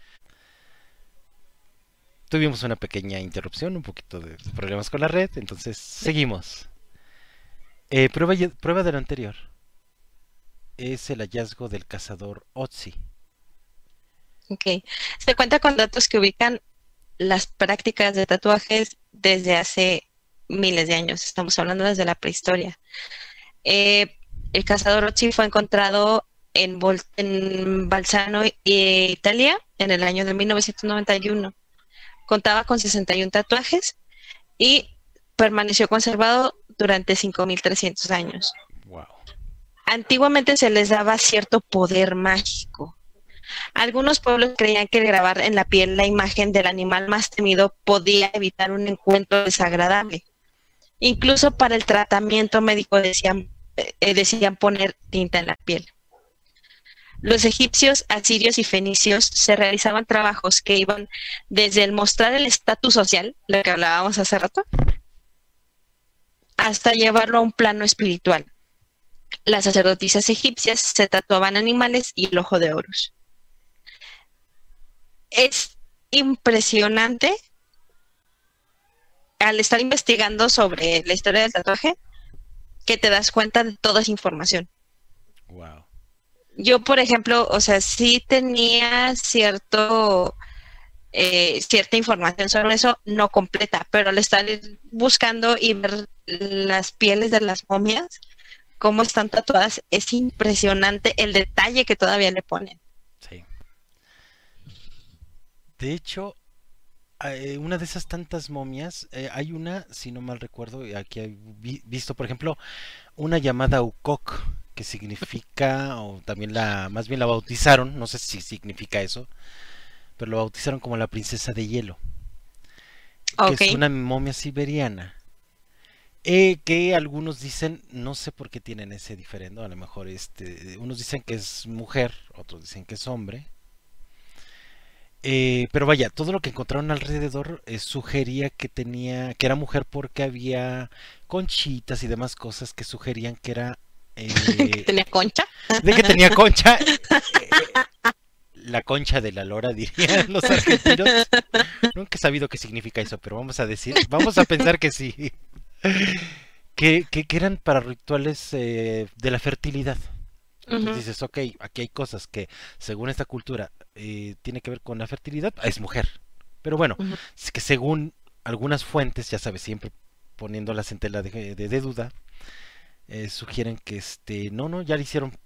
Tuvimos una pequeña interrupción, un poquito de problemas con la red, entonces seguimos. Eh, prueba, prueba de lo anterior es el hallazgo del cazador Otzi. Ok. Se cuenta con datos que ubican las prácticas de tatuajes desde hace miles de años. Estamos hablando desde la prehistoria. Eh, el cazador Ozzy fue encontrado en, Vol en Balsano, Italia, en el año de mil novecientos noventa y uno. Contaba con sesenta y uno tatuajes y permaneció conservado durante cinco mil trescientos años. Wow. Antiguamente se les daba cierto poder mágico. Algunos pueblos creían que el grabar en la piel la imagen del animal más temido podía evitar un encuentro desagradable. Incluso para el tratamiento médico decían, eh, decían poner tinta en la piel. Los egipcios, asirios y fenicios se realizaban trabajos que iban desde el mostrar el estatus social, lo que hablábamos hace rato, hasta llevarlo a un plano espiritual. Las sacerdotisas egipcias se tatuaban animales y el ojo de Horus. Es impresionante al estar investigando sobre la historia del tatuaje que te das cuenta de toda esa información. Wow. Yo, por ejemplo, o sea, sí tenía cierto eh, cierta información sobre eso, no completa, pero al estar buscando y ver las pieles de las momias, cómo están tatuadas, es impresionante el detalle que todavía le ponen. Sí. De hecho, eh, una de esas tantas momias, eh, hay una, si no mal recuerdo, aquí he vi visto, por ejemplo, una llamada Ukok, que significa, o también la, más bien la bautizaron, no sé si significa eso, pero lo bautizaron como la princesa de hielo, que es Ok. una momia siberiana, eh, que algunos dicen, no sé por qué tienen ese diferendo, a lo mejor este, unos dicen que es mujer, otros dicen que es hombre, eh, pero vaya, todo lo que encontraron alrededor eh, sugería que tenía, que era mujer porque había conchitas y demás cosas que sugerían que era Que eh, tenía concha. de que tenía concha, eh, la concha de la lora, dirían los argentinos. Nunca he sabido qué significa eso, pero vamos a decir, vamos a pensar que sí. Que, que, que eran para rituales eh, de la fertilidad. Uh Entonces -huh. dices, ok, aquí hay cosas que según esta cultura eh, tiene que ver con la fertilidad, es mujer. Pero bueno, Uh -huh. es que según algunas fuentes, ya sabes, siempre poniéndolas en tela de, de, de duda, eh, sugieren que este, no, no, ya le hicieron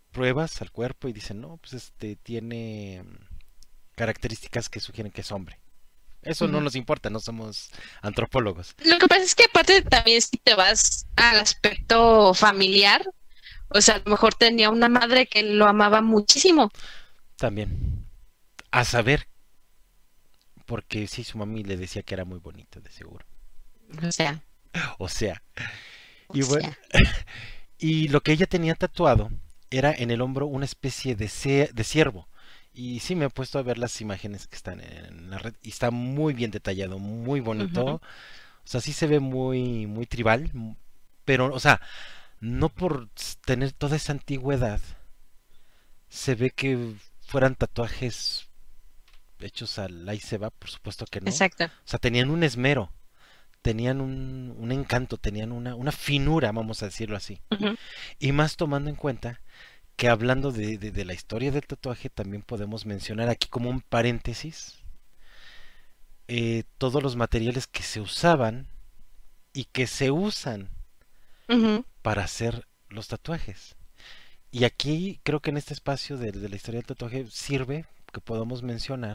pruebas al cuerpo y dicen, no, pues este tiene características que sugieren que es hombre. Eso no Ujú. nos importa, no somos antropólogos. Lo que pasa es que aparte también si te vas al aspecto familiar, o sea, a lo mejor tenía una madre que lo amaba muchísimo. También, a saber, porque sí, su mami le decía que era muy bonito, de seguro. O sea, O sea, o y bueno, sea. y lo que ella tenía tatuado era en el hombro una especie de, ce- de ciervo. Y sí me he puesto a ver las imágenes que están en la red y está muy bien detallado, muy bonito. Ujú. O sea, sí se ve muy, muy tribal, m- pero, o sea, no por s- tener toda esa antigüedad, se ve que fueran tatuajes hechos al ahí se va, por supuesto que no. O Exacto. sea, tenían un esmero, tenían un, un encanto, tenían una, una finura, vamos a decirlo así. Ujú. Y más tomando en cuenta que hablando de, de, de la historia del tatuaje, también podemos mencionar aquí como un paréntesis eh, todos los materiales que se usaban y que se usan Ujú. para hacer los tatuajes. Y aquí creo que en este espacio de, de la historia del tatuaje sirve que podamos mencionar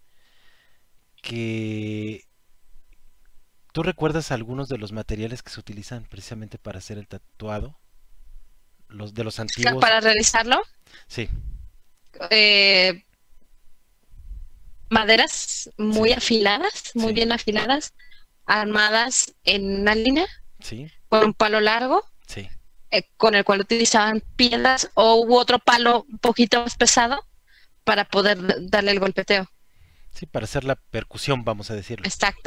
que tú recuerdas algunos de los materiales que se utilizan precisamente para hacer el tatuado, los de los antiguos, Para realizarlo, sí, eh, maderas sí, muy afiladas, muy sí, bien afiladas, armadas en una línea sí, con un palo largo, sí, eh, con el cual utilizaban piedras o u otro palo un poquito más pesado para poder darle el golpeteo. sí, para hacer la percusión, vamos a decirlo. Exacto.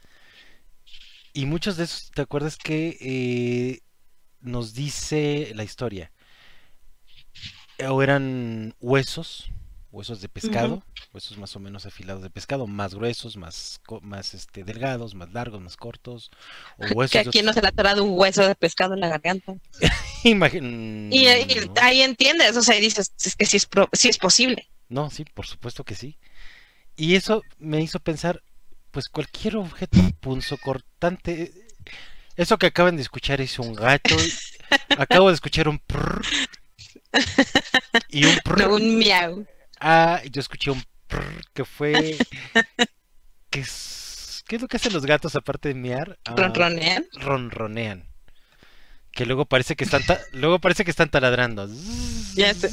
Y muchos de esos, ¿te acuerdas que eh, nos dice la historia? O eran huesos, huesos de Ujú. pescado, huesos más o menos afilados de pescado, más gruesos, más, co- más este, delgados, más largos, más cortos, o Que huesos de aquí no otros. se le ha atorado un hueso de pescado en la garganta. Y, Imagin- y no, ahí entiendes, o sea, y dices, es que sí es, pro- sí es posible. no, sí, por supuesto que sí. Y eso me hizo pensar, pues cualquier objeto punzocortante, eso que acaban de escuchar es un gato, acabo de escuchar un prrr, y un No prrr, un miau. ah, yo escuché un prrr, que fue, que es, ¿qué es lo que hacen los gatos aparte de miar? Ah, Ronronean. ronronean, que luego parece que están, ta- luego parece que están taladrando. Ya sé.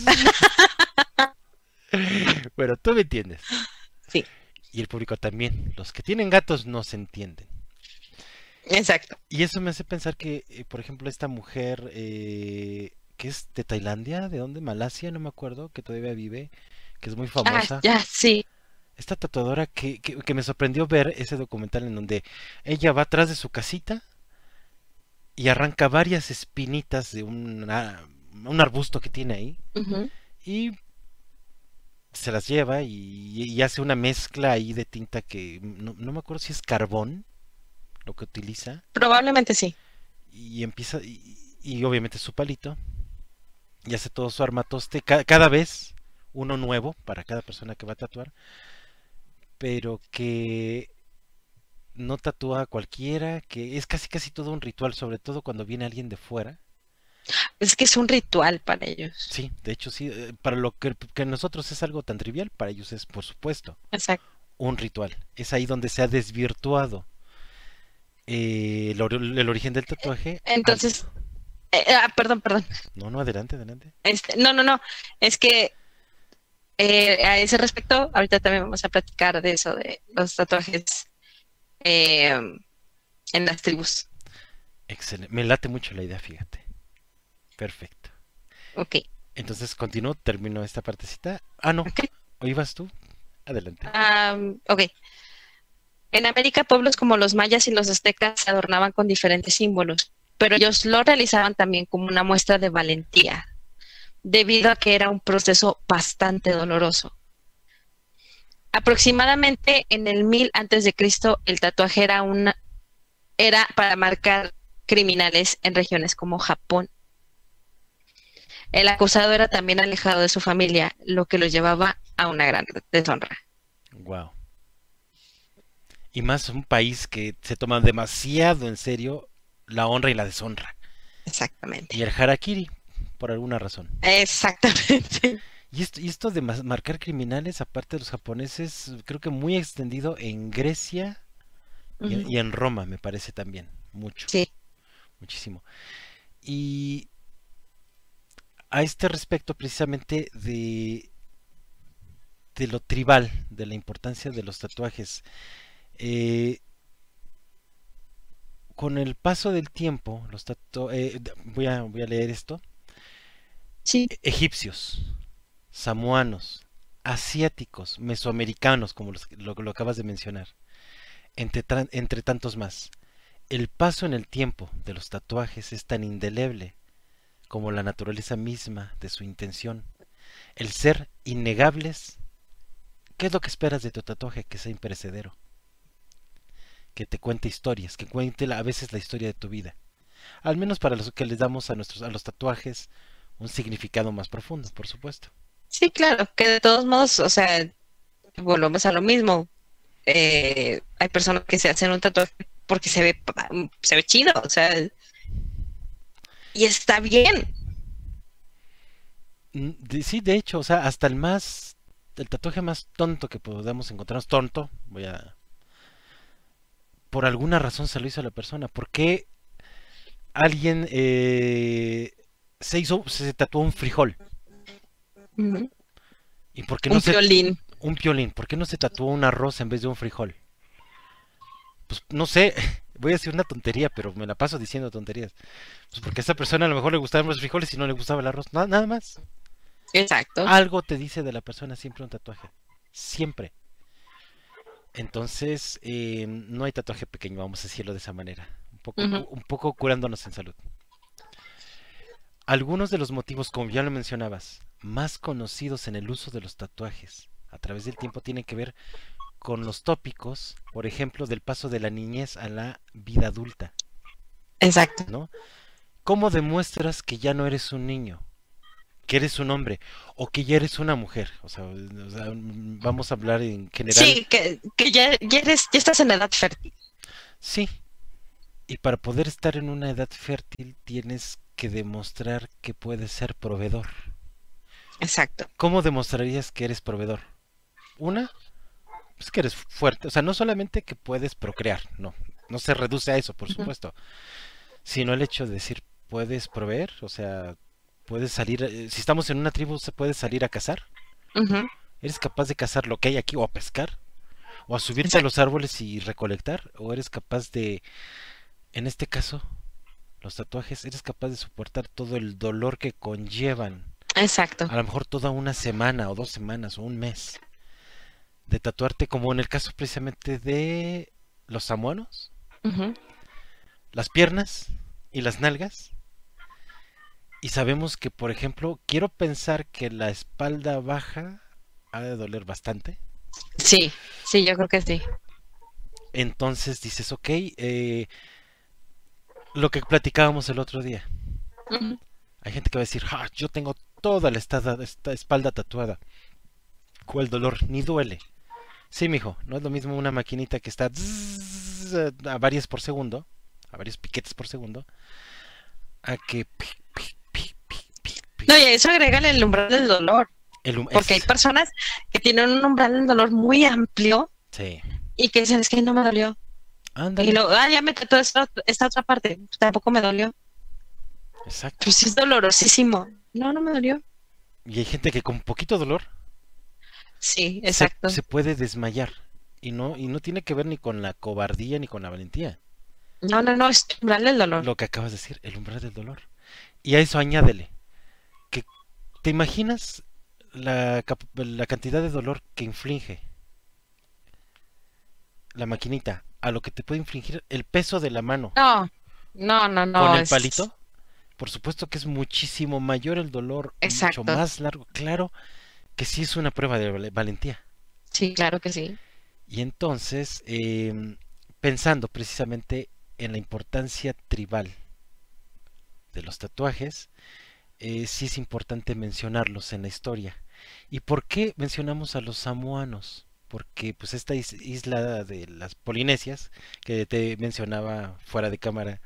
Bueno, tú me entiendes. Sí, Y el público también. Los que tienen gatos no se entienden. exacto. Y eso me hace pensar que, eh, por ejemplo, esta mujer eh, que es de Tailandia, ¿de dónde? Malasia, no me acuerdo, que todavía vive, que es muy Ah, famosa. ya, sí. Esta tatuadora que, que, que me sorprendió ver ese documental en donde ella va atrás de su casita y arranca varias espinitas de un, ah, un arbusto que tiene ahí Ujú. y se las lleva y, y hace una mezcla ahí de tinta que no, no me acuerdo si es carbón lo que utiliza Probablemente sí. y empieza y, y obviamente su palito y hace todo su armatoste ca- cada vez uno nuevo para cada persona que va a tatuar, pero que no tatúa a cualquiera, que es casi casi todo un ritual, sobre todo cuando viene alguien de fuera. Es que es un ritual para ellos. Sí, de hecho sí, eh, para lo que, que nosotros es algo tan trivial, para ellos es por supuesto Exacto. un ritual. Es ahí donde se ha desvirtuado eh, el, or- el origen del tatuaje al... Entonces, eh, ah, perdón, perdón. No, no, adelante, adelante. Este, no, no, no. Es que eh, a ese respecto, ahorita también vamos a platicar de eso, de los tatuajes eh, en las tribus. Excelente, me late mucho la idea, fíjate. Perfecto. Ok, Entonces continúo, termino esta partecita. Ah, no, ok. ¿o ibas tú? Adelante. Am, ok. En América, pueblos como los mayas y los aztecas se adornaban con diferentes símbolos, pero ellos lo realizaban también como una muestra de valentía, debido a que era un proceso bastante doloroso. Aproximadamente en el mil antes de Cristo, el tatuaje era una era para marcar criminales en regiones como Japón. El acusado era también alejado de su familia, lo que lo llevaba a una gran deshonra. Wow. Y más un país que se toma demasiado en serio la honra y la deshonra. Exactamente. Y el harakiri, por alguna razón. Exactamente. Y esto, y esto de mas- marcar criminales, aparte de los japoneses, creo que muy extendido en Grecia y, Ujú. y en Roma, me parece también, mucho, Sí, muchísimo. Y a este respecto, precisamente de, de lo tribal, de la importancia de los tatuajes, eh, con el paso del tiempo, los tatu eh, voy, a, voy a leer esto, sí, e- egipcios, samoanos, asiáticos, mesoamericanos, como los- lo, lo acabas de mencionar, entre, tran- entre tantos más. El paso en el tiempo de los tatuajes es tan indeleble como la naturaleza misma de su intención. El ser innegables. ¿Qué es lo que esperas de tu tatuaje? Que sea imperecedero, que te cuente historias, que cuente la- a veces la historia de tu vida. Al menos para los que les damos a nuestros a los tatuajes un significado más profundo, por supuesto. sí, claro, que de todos modos, o sea, volvemos a lo mismo. Eh, hay personas que se hacen un tatuaje porque se ve, pa- se ve chido, o sea, y está bien. Mm, de- sí, de hecho, o sea, hasta el más el tatuaje más tonto que podamos encontrarnos tonto, voy a por alguna razón se lo hizo a la persona. ¿Por qué alguien eh, se hizo se tatuó un frijol? Ujú. ¿Y por qué no Un se violín. un piolín? ¿Por qué no se tatuó un arroz en vez de un frijol? Pues no sé, voy a decir una tontería, pero me la paso diciendo tonterías. Pues porque a esa persona a lo mejor le gustaban los frijoles y no le gustaba el arroz. Na- nada más. Exacto. Algo te dice de la persona siempre un tatuaje. Siempre. Entonces, eh, no hay tatuaje pequeño, vamos a decirlo de esa manera. Un poco, Ujú. cu- un poco curándonos en salud. Algunos de los motivos, como ya lo mencionabas, más conocidos en el uso de los tatuajes a través del tiempo tienen que ver con los tópicos, por ejemplo, del paso de la niñez a la vida adulta, Exacto. ¿no? ¿Cómo demuestras que ya no eres un niño, que eres un hombre o que ya eres una mujer? O sea, o sea, vamos a hablar en general. Sí, que, que ya, ya eres, ya estás en edad fértil. Sí, y para poder estar en una edad fértil tienes que demostrar que puedes ser proveedor. Exacto. ¿Cómo demostrarías que eres proveedor? Una, pues que eres fuerte, o sea, no solamente que puedes procrear, no, no se reduce a eso, por Ujú. supuesto, sino el hecho de decir, puedes proveer, o sea, puedes salir, eh, si estamos en una tribu, se puede salir a cazar, Ujú. eres capaz de cazar lo que hay aquí o a pescar, o a subirte a Exacto. los árboles y recolectar, o eres capaz de, en este caso, los tatuajes, eres capaz de soportar todo el dolor que conllevan, Exacto. a lo mejor toda una semana o dos semanas o un mes, de tatuarte como en el caso precisamente de los samoanos, Ujú. las piernas y las nalgas. Y sabemos que, por ejemplo, quiero pensar que la espalda baja ha de doler bastante. Sí, sí, yo creo que sí. Entonces dices, ok, eh, lo que platicábamos el otro día. Ujú. Hay gente que va a decir, ah, yo tengo toda la estada- esta espalda tatuada. ¿Cuál dolor? Ni duele. Sí, mijo, no es lo mismo una maquinita que está zzzz a varias por segundo, a varios piquetes por segundo, a que pi, pi, pi, pi, pi, pi. No, y a eso agrégale el umbral del dolor, El hum- porque hay es, personas que tienen un umbral del dolor muy amplio sí, y que dicen, es que no me dolió. Y ándale, luego, ah, ya me trató esta, esta otra parte, tampoco me dolió. exacto. Pues sí es dolorosísimo. No, no me dolió. Y hay gente que con poquito dolor Sí, se, exacto. se puede desmayar. Y no, y no tiene que ver ni con la cobardía ni con la valentía. No, no, no, es tu umbral del dolor. Lo que acabas de decir, el umbral del dolor. Y a eso añádele que te imaginas la, cap- la cantidad de dolor que inflige la maquinita a lo que te puede infligir el peso de la mano No, no, no, con no, el es palito. Por supuesto que es muchísimo mayor el dolor, mucho exacto. más largo. Claro que sí es una prueba de val- valentía. Sí, claro que sí. Y entonces, em, pensando precisamente en la importancia tribal de los tatuajes, eh, sí es importante mencionarlos en la historia. ¿Y por qué mencionamos a los samoanos? Porque pues esta is- isla de las Polinesias, que te mencionaba fuera de cámara,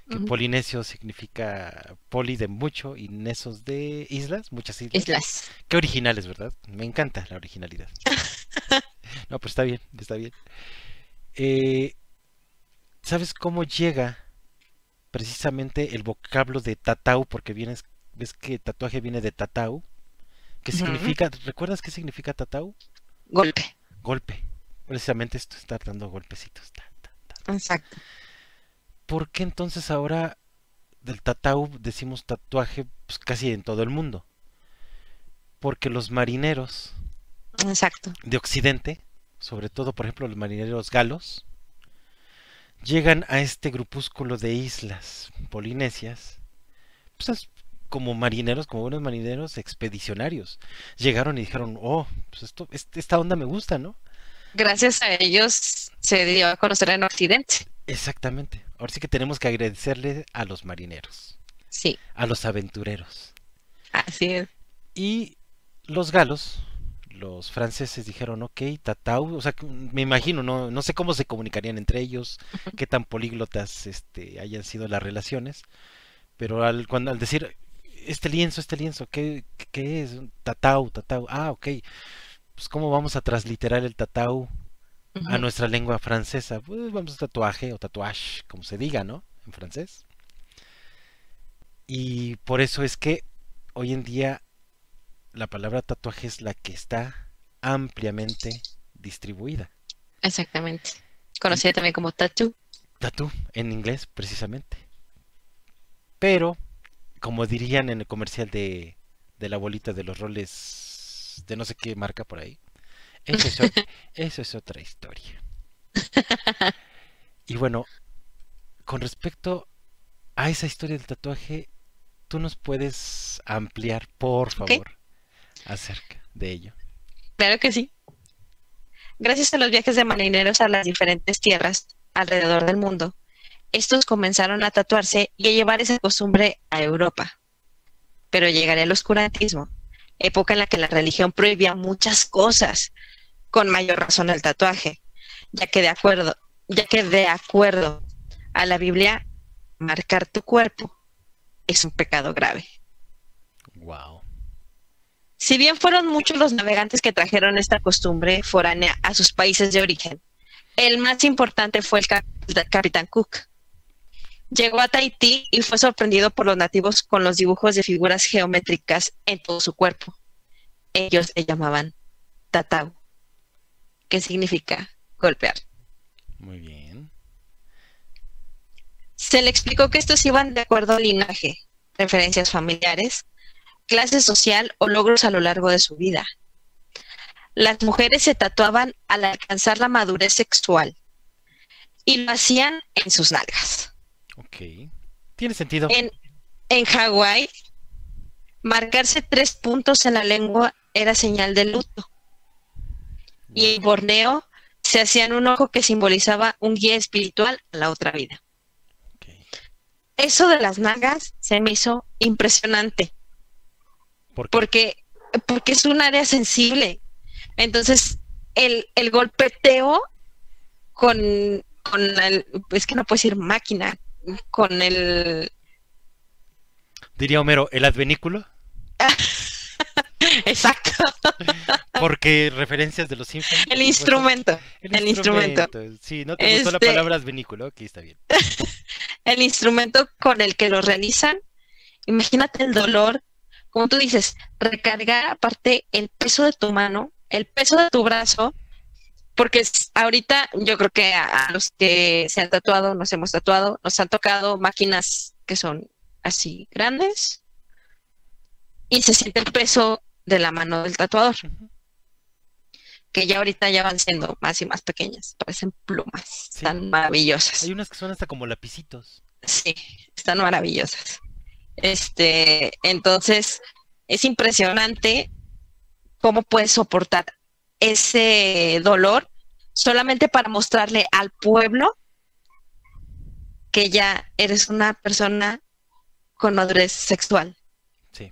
que Ujú. polinesio significa poli de mucho y nesos de islas, muchas islas. Islas. Qué originales, ¿verdad? Me encanta la originalidad. No, pues está bien, está bien. Eh, ¿Sabes cómo llega precisamente el vocablo de tatau? Porque vienes, ves que tatuaje viene de tatau. ¿Qué Ujú. significa? ¿Recuerdas qué significa tatau? Golpe. Golpe. Precisamente esto, estar dando golpecitos. Ta, ta, ta. Exacto. ¿Por qué entonces ahora del tatau decimos tatuaje pues, casi en todo el mundo? Porque los marineros Exacto. de Occidente, sobre todo por ejemplo los marineros galos, llegan a este grupúsculo de islas polinesias, pues es como marineros, como buenos marineros expedicionarios. Llegaron y dijeron, oh, pues esto, este- esta onda me gusta, ¿no? Gracias a ellos se dio a conocer en Occidente. Exactamente. Ahora sí que tenemos que agradecerle a los marineros, Sí, a los aventureros. así es. Y los galos, los franceses dijeron, ok, tatau, o sea, que me imagino, no, no sé cómo se comunicarían entre ellos, qué tan políglotas este, hayan sido las relaciones, pero al, cuando, al decir, este lienzo, este lienzo, ¿qué, qué es? Tatau, tatau, ah, ok, pues cómo vamos a transliterar el tatau a Ujú. nuestra lengua francesa, pues vamos a tatuaje o tatuage, como se diga, ¿no? En francés. Y por eso es que hoy en día la palabra tatuaje es la que está ampliamente distribuida. Exactamente. Y Conocida también como tattoo. tatú en inglés, precisamente. Pero, como dirían en el comercial de, de la bolita de los roles de no sé qué marca por ahí, eso es, o- eso es otra historia. Y bueno, con respecto a esa historia del tatuaje, tú nos puedes ampliar, por ¿Ok? favor, acerca de ello. Claro que sí. Gracias a los viajes de marineros a las diferentes tierras alrededor del mundo, estos comenzaron a tatuarse y a llevar esa costumbre a Europa. Pero llegaría el oscurantismo, época en la que la religión prohibía muchas cosas, con mayor razón el tatuaje, ya que de acuerdo, ya que de acuerdo a la Biblia, marcar tu cuerpo es un pecado grave. Wow. Si bien fueron muchos los navegantes que trajeron esta costumbre foránea a sus países de origen, el más importante fue el cap capitán Cook. Llegó a Tahití y fue sorprendido por los nativos con los dibujos de figuras geométricas en todo su cuerpo. Ellos le llamaban tatau, que significa golpear. Muy bien. Se le explicó que estos iban de acuerdo al linaje, referencias familiares, clase social o logros a lo largo de su vida. Las mujeres se tatuaban al alcanzar la madurez sexual y lo hacían en sus nalgas. Ok. Tiene sentido. En, en Hawái, marcarse tres puntos en la lengua era señal de luto. Y Wow. en Borneo se hacían un ojo que simbolizaba un guía espiritual a la otra vida. Ok. Eso de las nalgas se me hizo impresionante ¿Por qué? porque, porque es un área sensible. Entonces, el, el golpeteo con, con el, es que no puedo decir máquina, con el... Diría Homero, el advenículo. Exacto, Porque referencias de los Simpsons, el por supuesto. instrumento, El el instrumento. instrumento. Sí, no te gustó la Este, palabra advenículo. Aquí está bien. el instrumento con el que lo realizan, imagínate el dolor, como tú dices, recargar aparte el peso de tu mano, el peso de tu brazo, porque es- ahorita yo creo que a, a los que se han tatuado, nos hemos tatuado, nos han tocado máquinas que son así grandes y se siente el peso de la mano del tatuador, Ujú. que ya ahorita ya van siendo más y más pequeñas, parecen plumas, Sí. están Hay maravillosas. unas que son hasta como lapicitos. Sí, están maravillosas. Este, entonces, es impresionante cómo puedes soportar ese dolor solamente para mostrarle al pueblo que ya eres una persona con madurez sexual. Sí.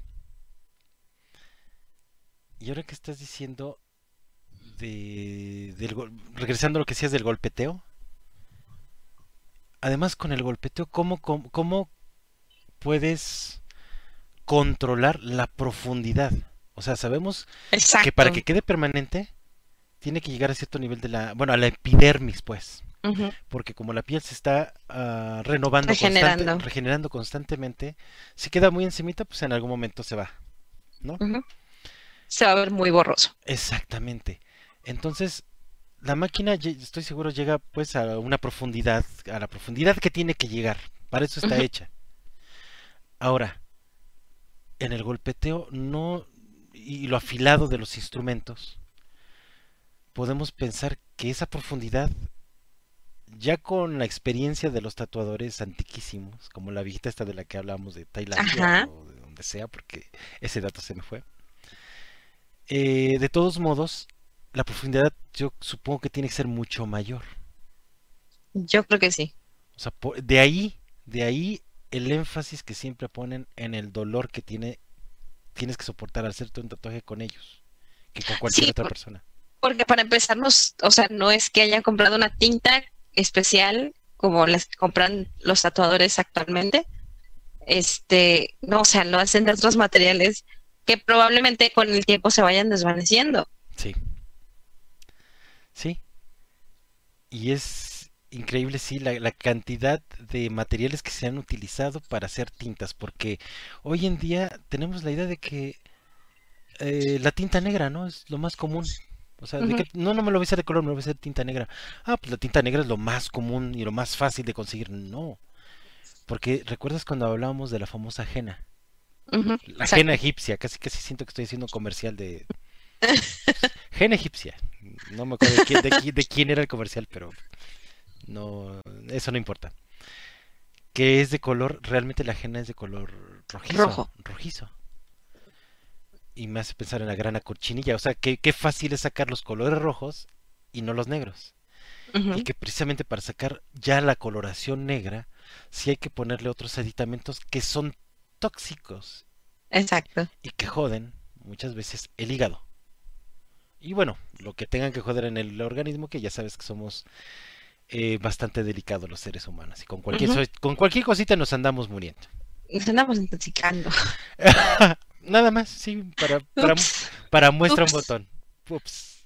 Y ahora que estás diciendo de, del gol- regresando a lo que decías del golpeteo, además con el golpeteo, ¿cómo, cómo, cómo puedes controlar la profundidad? O sea, sabemos que para que Exacto. quede permanente tiene que llegar a cierto nivel de la, bueno, a la epidermis, pues, Ujú. porque como la piel se está ah, renovando constante, Regenerando. regenerando constantemente, si queda muy encimita, pues en algún momento se va, ¿no? Ujú. Se va a ver muy borroso. Exactamente. Entonces, la máquina, lle- estoy seguro, llega pues a una profundidad, a la profundidad que tiene que llegar. Para eso está Ujú. hecha. Ahora, en el golpeteo no y lo afilado de los instrumentos, podemos pensar que esa profundidad, ya con la experiencia de los tatuadores antiquísimos, como la viejita esta de la que hablábamos de Tailandia Ajá. o de donde sea, porque ese dato se me fue, eh, de todos modos, la profundidad yo supongo que tiene que ser mucho mayor. Yo creo que sí. O sea, po- de ahí, de ahí el énfasis que siempre ponen en el dolor que tiene, tienes que soportar al hacerte un tatuaje con ellos, que con cualquier Sí, otra por- persona. porque para empezar, nos, o sea, no es que hayan comprado una tinta especial como las que compran los tatuadores actualmente. Este, no, o sea, lo hacen de otros materiales que probablemente con el tiempo se vayan desvaneciendo. Sí, sí. Y es increíble, sí, la, la cantidad de materiales que se han utilizado para hacer tintas, porque hoy en día tenemos la idea de que eh, la tinta negra, ¿no? Es lo más común. O sea, de Ujú. que no, no me lo voy a hacer de color, me lo voy a hacer tinta negra. Ah, pues la tinta negra es lo más común y lo más fácil de conseguir. No, porque recuerdas cuando hablábamos de la famosa henna, Ujú. la henna Exacto. egipcia, casi casi siento que estoy haciendo un comercial de henna egipcia. No me acuerdo de quién, de, qui- de quién era el comercial, pero no, eso no importa. Que es de color, realmente la henna es de color rojizo, Rojo. rojizo. Y me hace pensar en la grana corchinilla. O sea, que qué fácil es sacar los colores rojos y no los negros. Y Ujú. que precisamente para sacar ya la coloración negra, sí hay que ponerle otros aditamentos que son tóxicos Exacto. y que joden muchas veces el hígado. Y bueno, lo que tengan que joder en el organismo, que ya sabes que somos eh, bastante delicados los seres humanos. Y con cualquier, Ujú. con cualquier cosita nos andamos muriendo. Nos andamos intoxicando. Nada más, sí, para, para, Ups, para muestra un ups. botón. Ups.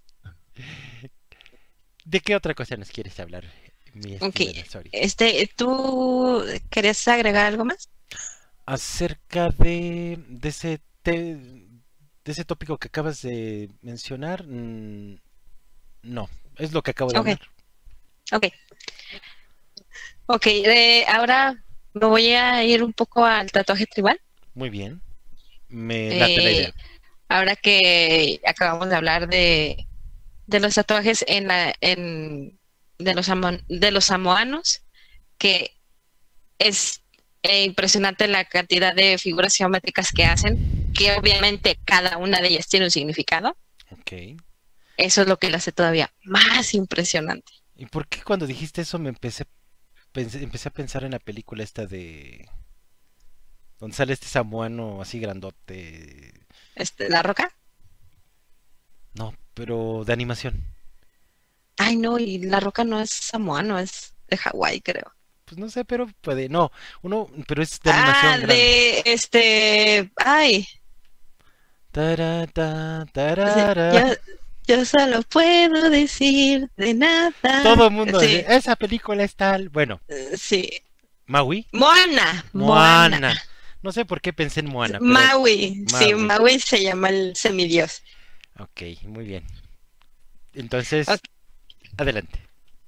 ¿De qué otra cosa nos quieres hablar, mi Ok. estimada Sori? Este, ¿tú querías agregar algo más? Acerca de, de ese te- de ese tópico que acabas de mencionar, mm, no, es lo que acabo de Ok, hablar. ok, ok. Eh, ahora me voy a ir un poco al tatuaje tribal. Muy bien, me late la Eh, idea. ahora que acabamos de hablar de, de los tatuajes en la, en, de los, amo- de los samoanos, que es eh, impresionante la cantidad de figuras geométricas que hacen, que obviamente cada una de ellas tiene un significado. Ok. Eso es lo que lo hace todavía más impresionante. ¿Y por qué cuando dijiste eso me empecé, pensé- empecé a pensar en la película esta de donde sale este samuano así grandote? Este, la roca. No, pero de animación. Ay, no, y la roca no es samoano, es de Hawái, creo. Pues no sé, pero puede. No, uno, pero es de Ah, animación grande. de este. Ay, Tarata, sí, tarara. yo, yo solo puedo decir de nada. Todo el mundo dice, Sí, esa película es tal. Bueno, eh, sí. Maui, Moana, Moana. Moana. No sé por qué pensé en Moana, pero Maui, sí, Maui. Maui se llama el semidios. Ok, muy bien. Entonces, Ok. adelante.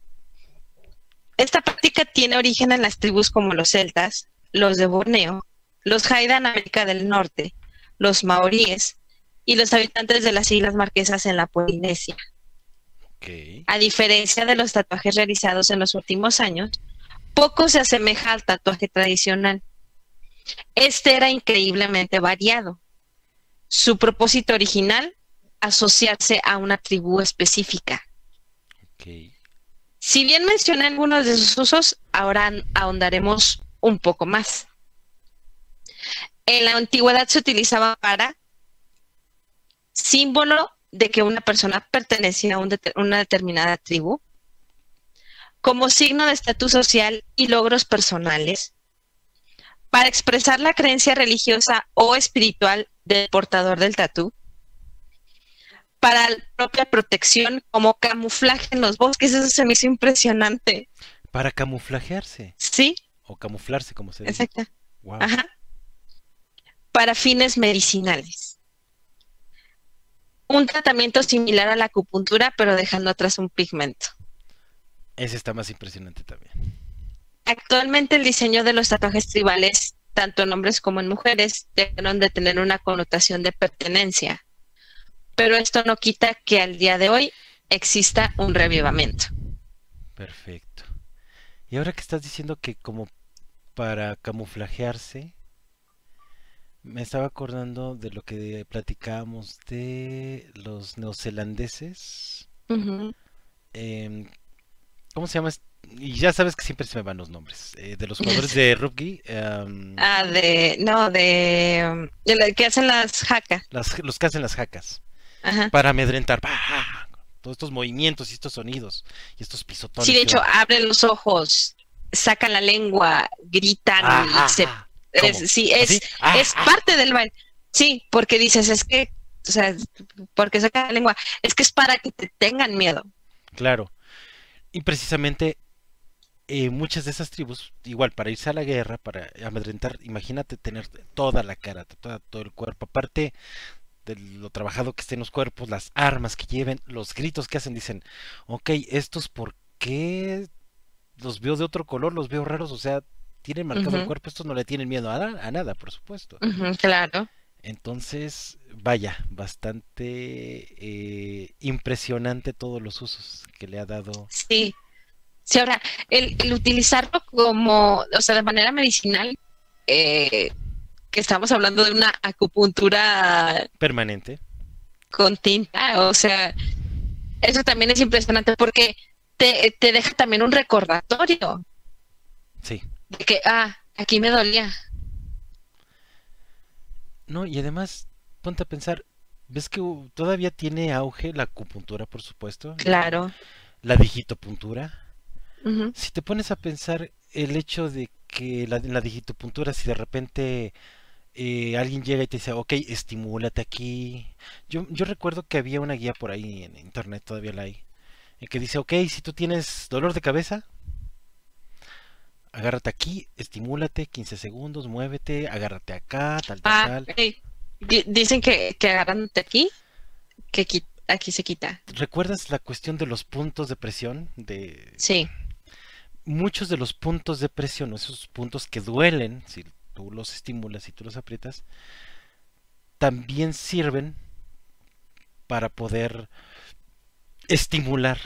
Esta práctica tiene origen en las tribus como los celtas, los de Borneo, los Haida en América del Norte, los maoríes y los habitantes de las Islas Marquesas en la Polinesia. Ok, A diferencia de los tatuajes realizados en los últimos años, poco se asemeja al tatuaje tradicional. Este era increíblemente variado. Su propósito original, asociarse a una tribu específica. ok, Si bien mencioné algunos de sus usos, ahora ahondaremos un poco más. En la antigüedad se utilizaba para símbolo de que una persona pertenecía a un de una determinada tribu, como signo de estatus social y logros personales, para expresar la creencia religiosa o espiritual del portador del tatú, para la propia protección como camuflaje en los bosques. Eso se me hizo impresionante. Para camuflajearse. Sí, O camuflarse, como se dice. exacto. Wow. Ajá. Para fines medicinales. Un tratamiento similar a la acupuntura, pero dejando atrás un pigmento. Ese está más impresionante también. Actualmente el diseño de los tatuajes tribales, tanto en hombres como en mujeres, dejaron de tener una connotación de pertenencia. Pero esto no quita que al día de hoy exista un reavivamiento. Perfecto. Y ahora que estás diciendo que como para camuflajearse, me estaba acordando de lo que platicábamos de los neozelandeses. Uh-huh. Eh, ¿Cómo se llama? Y ya sabes que siempre se me van los nombres. Eh, de los jugadores de rugby. Um, ah, de... No, de... de la que hacen las jacas. Las, los que hacen las jacas. Ajá. Para amedrentar. ¡Bah! Todos estos movimientos y estos sonidos. Y estos pisotones. Sí, de hecho, abren los ojos, sacan la lengua, gritan ah, y se... ah, Es, sí, es, ah, es ah. parte del baile. Sí, porque dices, es que, o sea, porque saca la lengua, es que es para que te tengan miedo. Claro. Y precisamente eh, muchas de esas tribus, igual, para irse a la guerra, para amedrentar, imagínate tener toda la cara, toda, todo el cuerpo, aparte de lo trabajado que estén los cuerpos, las armas que lleven, los gritos que hacen, dicen, ok, estos por qué los veo de otro color, los veo raros, o sea, tienen marcado uh-huh. el cuerpo, estos no le tienen miedo a, a nada, por supuesto. Uh-huh, claro. Entonces, vaya, bastante eh, impresionante todos los usos que le ha dado. Sí, sí, ahora, el, el utilizarlo como, o sea, de manera medicinal, eh, que estamos hablando de una acupuntura permanente con tinta, o sea, eso también es impresionante porque te, te deja también un recordatorio. Sí. De que, ah, aquí me dolía. No, y además, ponte a pensar, ¿ves que todavía tiene auge la acupuntura, por supuesto? Claro. La digitopuntura. Uh-huh. Si te pones a pensar el hecho de que la, la digitopuntura, si de repente eh, alguien llega y te dice, ok, estimúlate aquí. Yo, yo recuerdo que había una guía por ahí en internet, todavía la hay, en que dice, ok, si tú tienes dolor de cabeza, agárrate aquí, estimúlate, quince segundos, muévete, agárrate acá, tal, tal, ah, tal. Okay. D- dicen que, que agárrate aquí, que qui- aquí se quita. ¿Recuerdas la cuestión de los puntos de presión? De... Sí. Muchos de los puntos de presión, esos puntos que duelen, si tú los estimulas y tú los aprietas, también sirven para poder estimular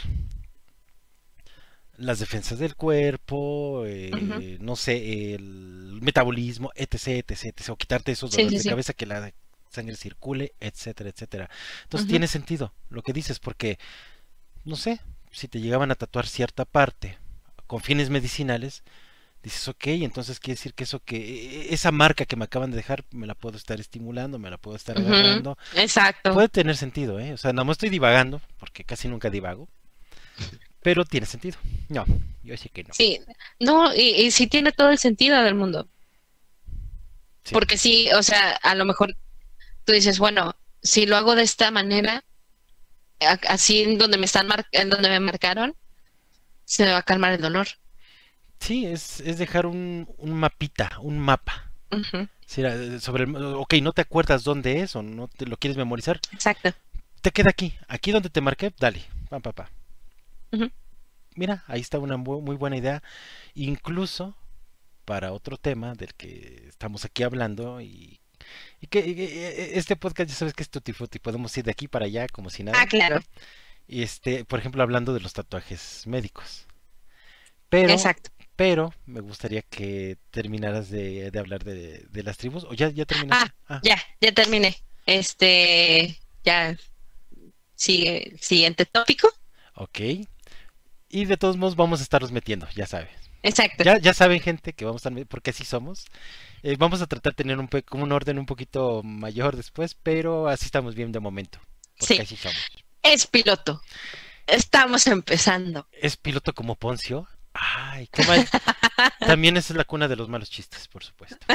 las defensas del cuerpo, eh, uh-huh. no sé, el metabolismo, etc, etc, etc, o quitarte esos dolores sí, sí, de sí. cabeza, que la sangre circule, etcétera, etcétera. Entonces uh-huh. tiene sentido lo que dices, porque, no sé, si te llegaban a tatuar cierta parte con fines medicinales, dices, ok, entonces quiere decir que eso que, esa marca que me acaban de dejar, me la puedo estar estimulando, me la puedo estar uh-huh. agarrando. Exacto. Puede tener sentido, ¿eh? O sea, no me estoy divagando, porque casi nunca divago. Pero tiene sentido. No, yo sé que no. Sí, no, y, y sí tiene todo el sentido del mundo. Sí. Porque sí, o sea, a lo mejor tú dices, bueno, si lo hago de esta manera, así en donde me están mar en donde me marcaron, se me va a calmar el dolor. Sí, es, es dejar un, un mapita, un mapa. Uh-huh. Sí, sobre el, ok, no te acuerdas dónde es o no te lo quieres memorizar. Exacto. Te queda aquí, aquí donde te marqué, dale, pa, pa, pa. Uh-huh. Mira, ahí está una muy buena idea, incluso para otro tema del que estamos aquí hablando y, y que y, este podcast ya sabes que es tutti frutti, podemos ir de aquí para allá como si nada. Ah, claro. Y este, por ejemplo, hablando de los tatuajes médicos. Pero, exacto. Pero me gustaría que terminaras de, de hablar de, de las tribus, o ya, ya terminaste. Ah, ah, ya, ya terminé. Este, ya sigue siguiente tópico. Ok. Y de todos modos vamos a estarlos metiendo, ya sabes. Exacto. Ya, ya saben, gente, que vamos a estar, porque así somos. Eh, vamos a tratar de tener un, un orden un poquito mayor después, pero así estamos bien de momento. Porque sí. así somos. Es piloto. Estamos empezando. ¿Es piloto como Poncio? Ay, qué mal. También esa es la cuna de los malos chistes, por supuesto.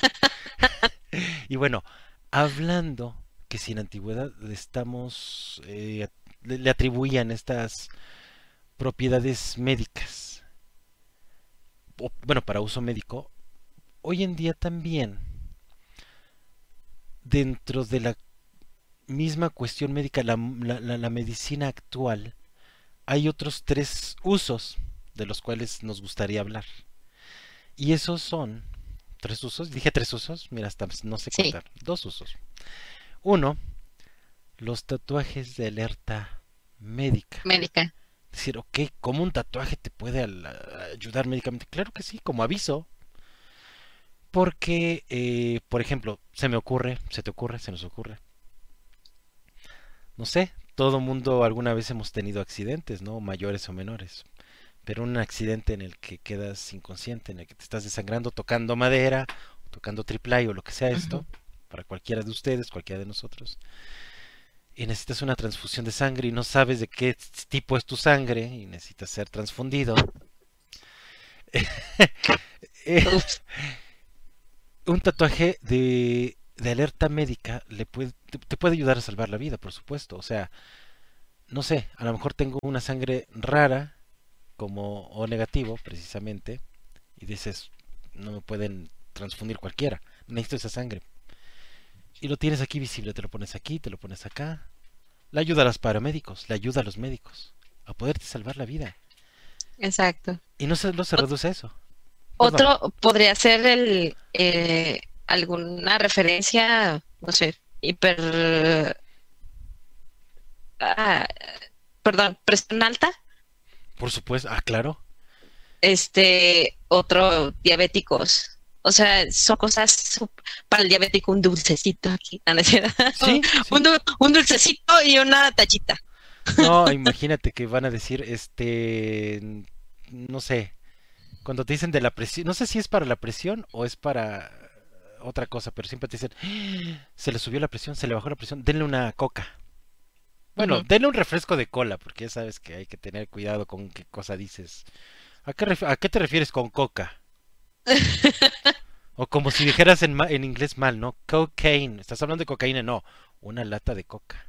Y bueno, hablando que si en la antigüedad estamos, eh, le, le atribuían estas propiedades médicas, o, bueno, para uso médico, hoy en día también, dentro de la misma cuestión médica, la, la, la, la medicina actual, hay otros tres usos de los cuales nos gustaría hablar. Y esos son tres usos. Dije tres usos. Mira, hasta no sé Sí, contar. Dos usos. Uno, los tatuajes de alerta médica. médica. Decir, ok, ¿cómo un tatuaje te puede al- ayudar médicamente? Claro que sí, como aviso. Porque, eh, por ejemplo, se me ocurre, se te ocurre, se nos ocurre. No sé, todo mundo alguna vez hemos tenido accidentes, ¿no? Mayores o menores. Pero un accidente en el que quedas inconsciente, en el que te estás desangrando tocando madera, tocando triple A o lo que sea Ujú. esto, para cualquiera de ustedes, cualquiera de nosotros, y necesitas una transfusión de sangre y no sabes de qué tipo es tu sangre y necesitas ser transfundido. Eh, Uf, un tatuaje de, de alerta médica le puede, te, te puede ayudar a salvar la vida, por supuesto. O sea, no sé, a lo mejor tengo una sangre rara, como O negativo, precisamente, y dices, no me pueden transfundir cualquiera, necesito esa sangre. Y lo tienes aquí visible, te lo pones aquí, te lo pones acá. Le ayuda a los paramédicos, le ayuda a los médicos a poderte salvar la vida. exacto. Y no se, no se Ot- reduce a eso. Perdón, Otro podría ser el eh, alguna referencia, no sé, hiper, ah, perdón, presión alta. por supuesto, ah, claro. Este, otro, diabéticos. O sea, son cosas sup- para el diabético, un dulcecito aquí, ¿no es cierto? Sí, un, sí. du- un dulcecito y una tachita. No, imagínate que van a decir, este, no sé, cuando te dicen de la presión, no sé si es para la presión o es para otra cosa, pero siempre te dicen, "Ah, se le subió la presión, se le bajó la presión, denle una coca. Bueno, Ujú. denle un refresco de cola, porque ya sabes que hay que tener cuidado con qué cosa dices. ¿A qué, ref- a qué te refieres con coca? O como si dijeras en, ma- en inglés mal, ¿no? Cocaine. Estás hablando de cocaína, no. Una lata de coca.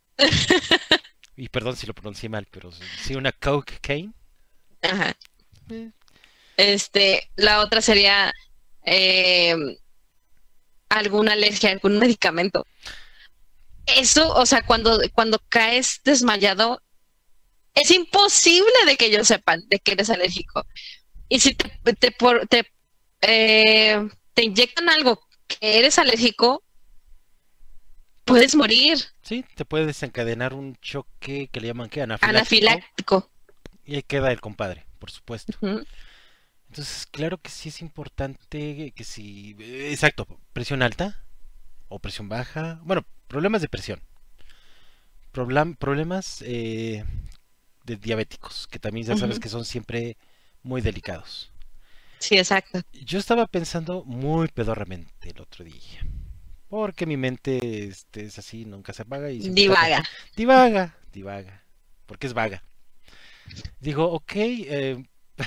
Y perdón si lo pronuncié mal, pero sí, una cocaine. Ajá. Eh, Este, la otra sería eh, alguna alergia a algún medicamento. Eso, o sea, cuando, cuando caes desmayado, es imposible de que ellos sepan de que eres alérgico. Y si te, te, por- te, eh, te inyectan algo que eres alérgico, puedes morir sí, te puede desencadenar un choque que le llaman ¿qué? Anafiláctico. anafiláctico. Y ahí queda el compadre, por supuesto. Ujú. Entonces, claro que sí es importante que si... Exacto, presión alta o presión baja. Bueno, problemas de presión. Problem- problemas eh, de diabéticos, que también ya sabes Ujú. que son siempre muy delicados. Sí, exacto. Yo estaba pensando muy pedorramente el otro día. Porque mi mente este, es así, nunca se apaga y siempre está Divaga. pensando. Divaga, divaga. Porque es vaga. Digo, ok, eh,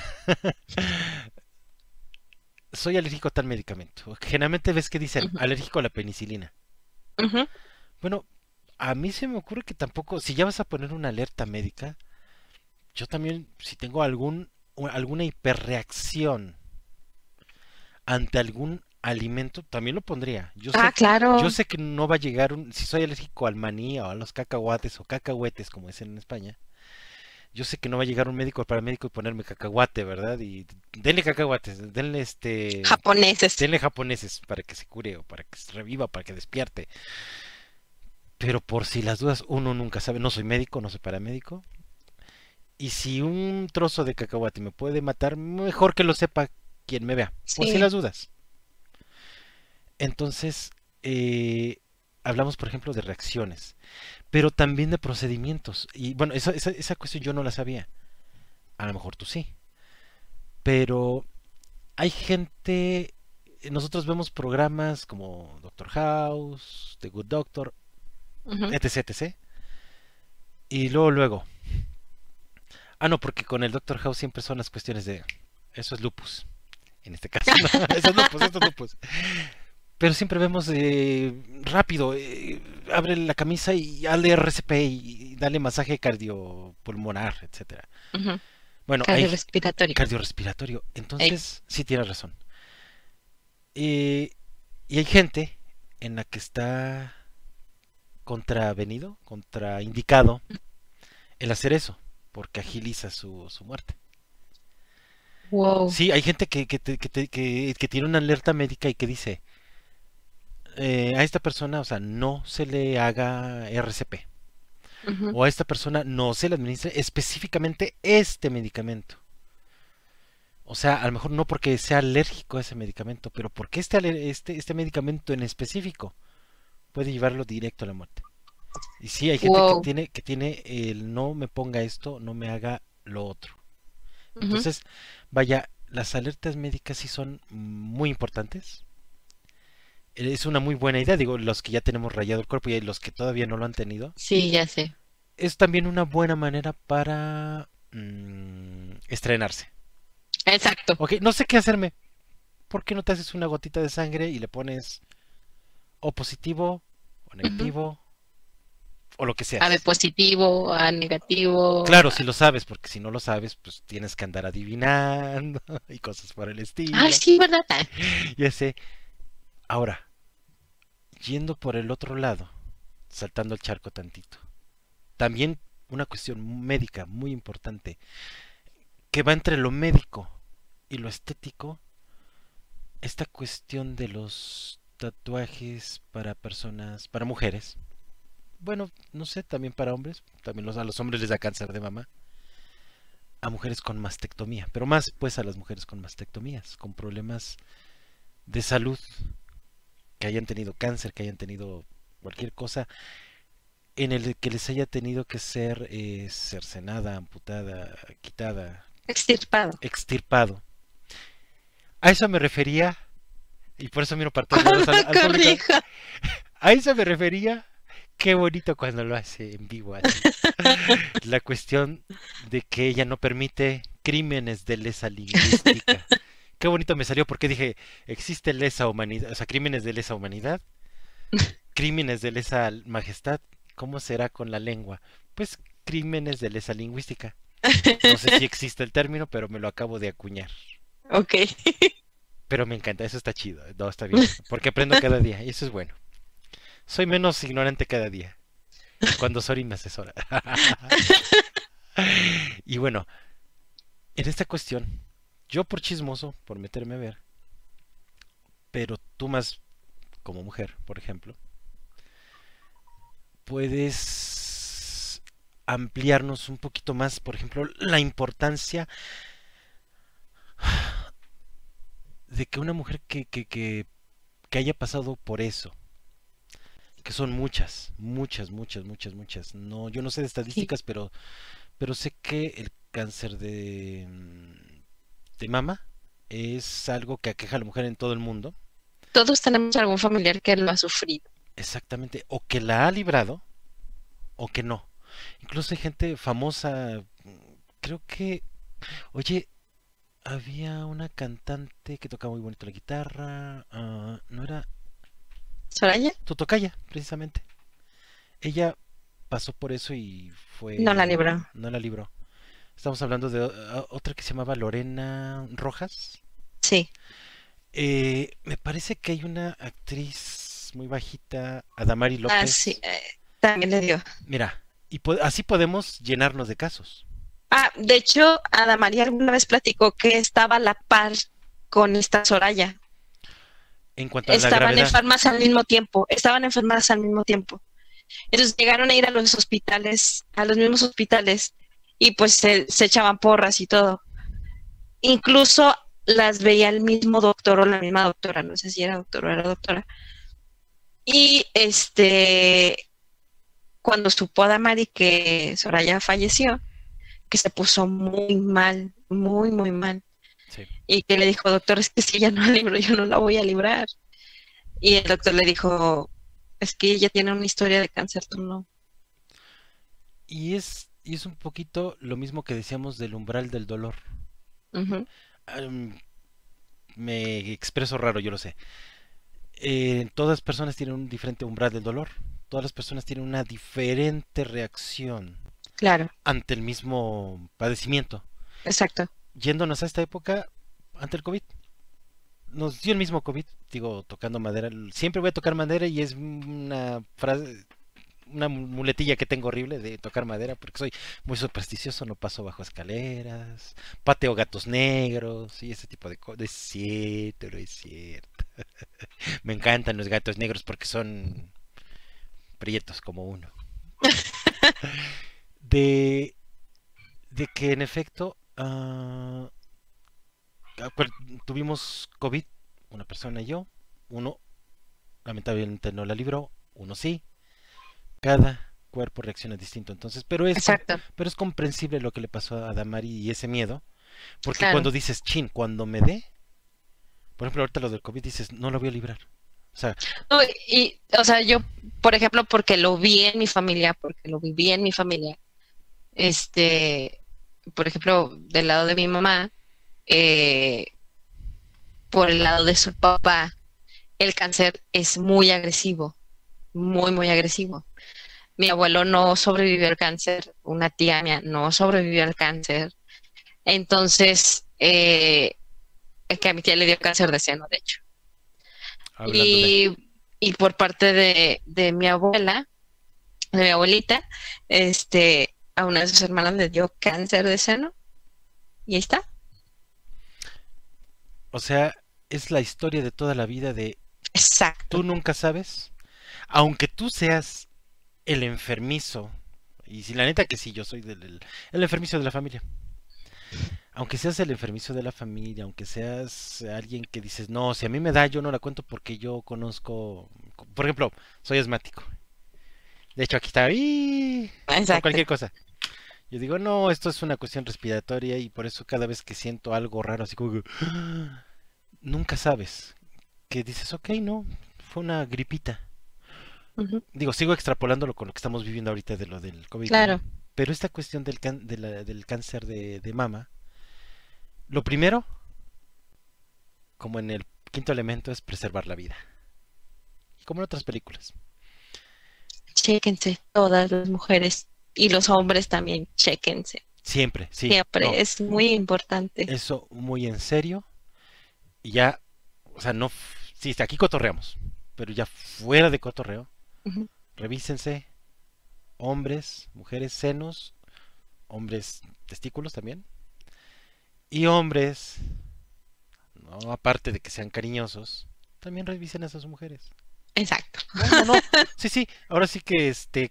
soy alérgico a tal medicamento. Generalmente ves que dicen Ujú. alérgico a la penicilina. Ujú. Bueno, a mí se me ocurre que tampoco, si ya vas a poner una alerta médica, yo también, si tengo algún, u- alguna hiperreacción ante algún alimento, también lo pondría. Yo Ah, sé, yo claro. sé que no va a llegar un, si soy alérgico al maní o a los cacahuates o cacahuetes, como dicen en España, yo sé que no va a llegar un médico o paramédico y ponerme cacahuate, ¿verdad? Y denle cacahuates, denle este, Japoneses. denle japoneses para que se cure o para que se reviva, para que despierte. Pero por si las dudas, uno nunca sabe, no soy médico, no soy paramédico. Y si un trozo de cacahuate me puede matar, mejor que lo sepa quien me vea, por si Sí. las dudas. Entonces, eh, hablamos, por ejemplo, de reacciones, pero también de procedimientos. Y bueno, esa, esa, esa cuestión yo no la sabía. A lo mejor tú sí. Pero hay gente, nosotros vemos programas como Doctor House, The Good Doctor, Ujú. etc, etcétera. Y luego, luego, Ah, no, porque con el Doctor House siempre son las cuestiones de... Eso es lupus. En este caso, no, eso es lupus, esto es lupus. Pero siempre vemos eh, rápido, eh, abre la camisa y dale R C P y dale masaje cardiopulmonar, etcétera. Ujú. Bueno, hay Cardiorrespiratorio. cardiorrespiratorio. Ey. Entonces, sí tienes razón. Eh, y hay gente en la que está contravenido, contraindicado el hacer eso, porque agiliza su, su muerte. Wow. Sí, hay gente que, que, te- que, te- que- que tiene una alerta médica y que dice, eh, a esta persona, o sea, no se le haga R C P, Ujú. o a esta persona no se le administre específicamente este medicamento. O sea, a lo mejor no porque sea alérgico a ese medicamento, pero porque este, aler- este, este medicamento en específico puede llevarlo directo a la muerte. Y sí, hay gente que Wow. tiene, que tiene el no me ponga esto, no me haga lo otro. Ujú. Entonces, vaya, las alertas médicas sí son muy importantes. Es una muy buena idea, digo, los que ya tenemos rayado el cuerpo y los que todavía no lo han tenido. Sí, ya sé. Es también una buena manera para mm, estrenarse. Exacto. Ok, no sé qué hacerme. ¿Por qué no te haces una gotita de sangre y le pones o positivo o Ujú. negativo o lo que A B seas? positivo, A negativo. Claro, a- si lo sabes, porque si no lo sabes, pues tienes que andar adivinando y cosas por el Ah, estilo. sí, ¿verdad? Ah, Ya sé. Ahora, yendo por el otro lado, saltando el charco tantito. También una cuestión médica muy importante, que va entre lo médico y lo estético, esta cuestión de los tatuajes para personas, para mujeres. Bueno, no sé, también para hombres, también los, a los hombres les da cáncer de mama, a mujeres con mastectomía, pero más pues a las mujeres con mastectomías, con problemas de salud, que hayan tenido cáncer, que hayan tenido cualquier cosa en el que les haya tenido que ser eh, cercenada, amputada, quitada, Extirpado. extirpado. A eso me refería, y por eso miro para todos lados al, al público, Corrija. a eso me refería, qué bonito cuando lo hace en vivo así. La cuestión de que ella no permite crímenes de lesa lingüística. Qué bonito me salió porque dije, existe lesa humanidad, o sea, crímenes de lesa humanidad, crímenes de lesa majestad. ¿Cómo será con la lengua? Pues crímenes de lesa lingüística. No sé si existe el término, pero me lo acabo de acuñar. Ok. Pero me encanta, eso está chido. No, está bien. Porque aprendo cada día y eso es bueno. Soy menos ignorante cada día. Cuando Sori me asesora. Y bueno, en esta cuestión, yo por chismoso, por meterme a ver, pero tú más como mujer, por ejemplo, puedes ampliarnos un poquito más, por ejemplo, la importancia de que una mujer que, que, que, que haya pasado por eso, que son muchas, muchas, muchas, muchas, muchas. No, yo no sé de Sí. estadísticas, pero, pero sé que el cáncer de, de mama es algo que aqueja a la mujer en todo el mundo. Todos tenemos algún familiar que lo ha sufrido. Exactamente, o que la ha librado o que no. Incluso hay gente famosa, creo que, oye, había una cantante que tocaba muy bonito la guitarra, uh, no era ¿Soraya? tu tocaya, precisamente. Ella pasó por eso y No la fue, libró. no la libró. Estamos hablando de uh, otra que se llamaba Lorena Rojas. Sí. Eh, me parece que hay una actriz muy bajita, Adamari Ah, sí. López. eh, también le dio. Mira, y po así podemos llenarnos de casos. Ah, de hecho, Ada María alguna vez platicó que estaba a la par con esta Soraya. En cuanto a la Estaban gravedad, enfermas al mismo tiempo. Estaban enfermas al mismo tiempo. Entonces llegaron a ir a los hospitales, a los mismos hospitales, y pues se, se echaban porras y todo. Incluso las veía el mismo doctor o la misma doctora, no sé si era doctor o era doctora. Y este, cuando supo Adamari que Soraya falleció, que se puso muy mal, muy, muy mal. sí. Y que le dijo, doctor, es que si ella no la libro, yo no la voy a librar. Y el doctor le dijo, es que ella tiene una historia de cáncer, tú no. Y es Y es un poquito lo mismo que decíamos del umbral del dolor. Ujú. Am, me expreso raro, yo lo sé. Eh, todas las personas tienen un diferente umbral del dolor. Todas las personas tienen una diferente reacción Claro, ante el mismo padecimiento. exacto. Yéndonos a esta época, ante el COVID, nos dio el mismo COVID, digo, tocando madera. Siempre voy a tocar madera y es una frase, una muletilla que tengo horrible de tocar madera porque soy muy supersticioso, no paso bajo escaleras, pateo gatos negros y ese tipo de cosas. Es cierto, no es cierto. Me encantan los gatos negros porque son prietos como uno. De, de que en efecto uh, tuvimos COVID, una persona y yo, uno lamentablemente no la libró, uno sí, cada cuerpo reacciona distinto, entonces, pero es, Exacto. pero es comprensible lo que le pasó a Damari y ese miedo, porque Claro. cuando dices, chin, cuando me dé, por ejemplo, ahorita lo del COVID dices, no lo voy a librar. O sea, No, y, o sea, yo, por ejemplo, porque lo vi en mi familia, porque lo viví en mi familia, este, por ejemplo, del lado de mi mamá, eh, por el lado de su papá, el cáncer es muy agresivo, muy, muy agresivo. Mi abuelo no sobrevivió al cáncer, una tía mía no sobrevivió al cáncer, entonces, eh, es que a mi tía le dio cáncer de seno, de hecho. hablando de... Y, y por parte de, de mi abuela, de mi abuelita, este, a una de sus hermanas le dio cáncer de seno y ahí está. O sea, es la historia de toda la vida de Exacto. tú nunca sabes, aunque tú seas el enfermizo, y si la neta que sí, yo soy del, el, el enfermizo de la familia. Aunque seas el enfermizo de la familia, aunque seas alguien que dices, no, si a mí me da, yo no la cuento porque yo conozco, por ejemplo, soy asmático. De hecho, aquí está, ¡ih! Por Exacto. cualquier cosa. Yo digo, no, esto es una cuestión respiratoria y por eso cada vez que siento algo raro, así como que, nunca sabes. Que dices, ok, no, fue una gripita. Ujú. Digo, sigo extrapolándolo con lo que estamos viviendo ahorita de lo del COVID, ¿no? Claro. Pero esta cuestión del, can de la, del cáncer de, de mama, lo primero, como en el quinto elemento, es preservar la vida. Como en otras películas. Chéquense, todas las mujeres y los hombres también, chéquense. Siempre, sí. No, Siempre es muy importante. eso muy en serio. Y ya, o sea, no... Sí, aquí cotorreamos. Pero ya fuera de cotorreo, Ujú. revísense. Hombres, mujeres, senos. Hombres, testículos también. Y hombres, no, aparte de que sean cariñosos, también revisen a esas mujeres. Exacto. No, no, no. Sí, sí. Ahora sí que este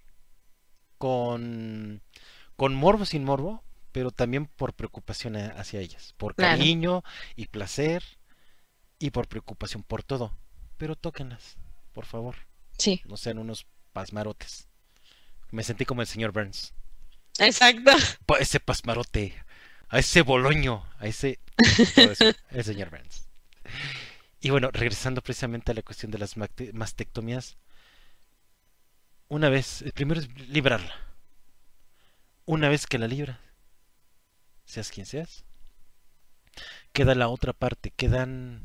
con con morbo sin morbo, pero también por preocupación a- hacia ellas, por Claro, cariño y placer y por preocupación por todo. Pero tóquenlas, por favor. sí, No sean unos pasmarotes. Me sentí como el señor Burns. exacto. Pa- ese pasmarote, a ese boloño, a ese todo eso, el señor Burns. Y bueno, regresando precisamente a la cuestión de las mastectomías, una vez, el primero es librarla. Una vez que la libras, seas quien seas, queda la otra parte, quedan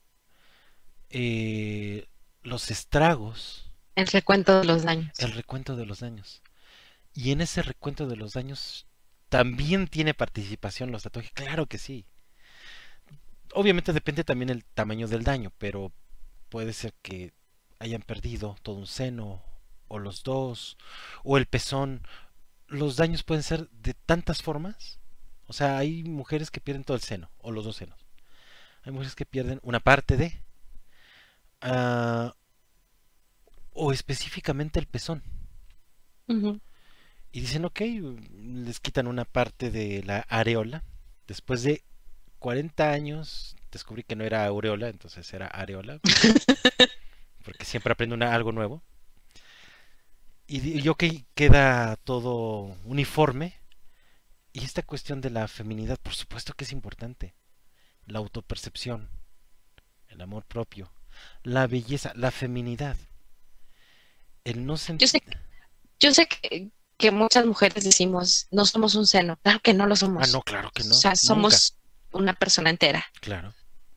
eh, los estragos, El recuento de los daños. el recuento de los daños. Y en ese recuento de los daños también tiene participación los tatuajes, claro que sí. Obviamente depende también el tamaño del daño, pero puede ser que hayan perdido todo un seno, o los dos, o el pezón. Los daños pueden ser de tantas formas. O sea, hay mujeres que pierden todo el seno, o los dos senos. Hay mujeres que pierden una parte de, uh, o específicamente el pezón. Ujú. Y dicen, ok, les quitan una parte de la areola. Después de cuarenta años descubrí que no era aureola, entonces era areola. Porque siempre aprendo una, algo nuevo. Y, y ok, queda todo uniforme. Y esta cuestión de la feminidad, por supuesto que es importante. La autopercepción, el amor propio, la belleza, la feminidad. El no Yo sentir... sé, yo sé que, que muchas mujeres decimos, no somos un seno. Claro que no lo Ah, somos. no, claro que O no. sea, Nunca. somos una persona entera. Claro.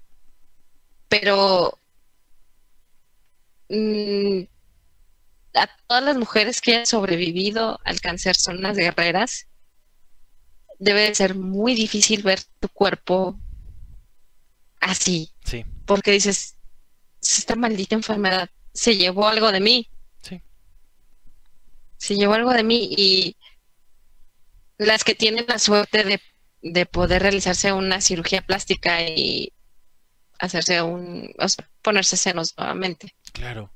Pero mm, a todas las mujeres que han sobrevivido al cáncer son unas guerreras. Debe de ser muy difícil ver tu cuerpo así, Sí, porque dices, esta maldita enfermedad se llevó algo de mí, sí. se llevó algo de mí y las que tienen la suerte de, de poder realizarse una cirugía plástica y hacerse un, o sea, ponerse senos nuevamente. Claro.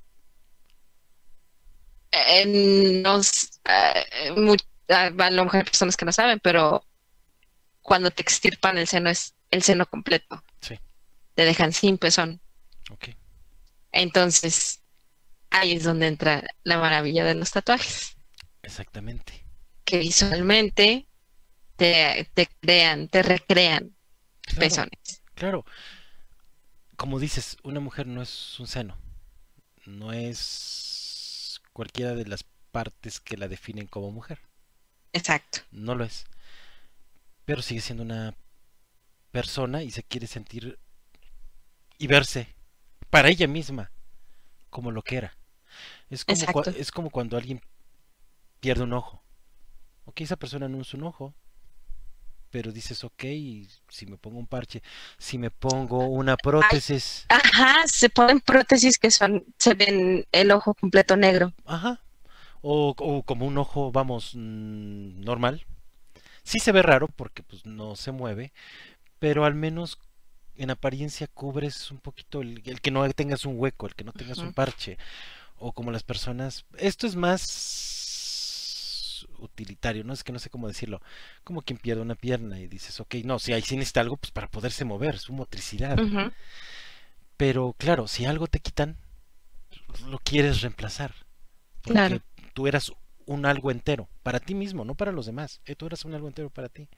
Eh, nos, eh, mu- a a lo mejor hay personas que no saben, pero cuando te extirpan el seno es el seno completo, Sí. te dejan sin pezón. Ok. Entonces, ahí es donde entra la maravilla de los tatuajes, Exactamente. que visualmente te, te crean, te recrean Claro. pezones. Claro. Como dices, una mujer no es un seno. No es cualquiera de las partes que la definen como mujer. Exacto. No lo es. Pero sigue siendo una persona y se quiere sentir y verse para ella misma como lo que era. Es como, cua- Exacto. es como cuando alguien pierde un ojo. Ok, esa persona no es un ojo, pero dices, ok, si me pongo un parche, si me pongo una Ay, prótesis, ajá, se ponen prótesis que son, se ven el ojo completo negro. ajá, o, o como un ojo, vamos, mm, normal. Sí se ve raro porque pues no se mueve, pero al menos en apariencia cubres un poquito el, el que no tengas un hueco, el que no tengas un Ujú. parche, o como las personas, esto es más utilitario, no es que no sé cómo decirlo, como quien pierde una pierna y dices, ok, no, si ahí sí necesita algo pues para poderse mover, su motricidad, Ujú. pero claro, si algo te quitan, lo quieres reemplazar, Claro, porque tú eras un algo entero, para ti mismo, no para los demás, eh, tú eras un algo entero para ti.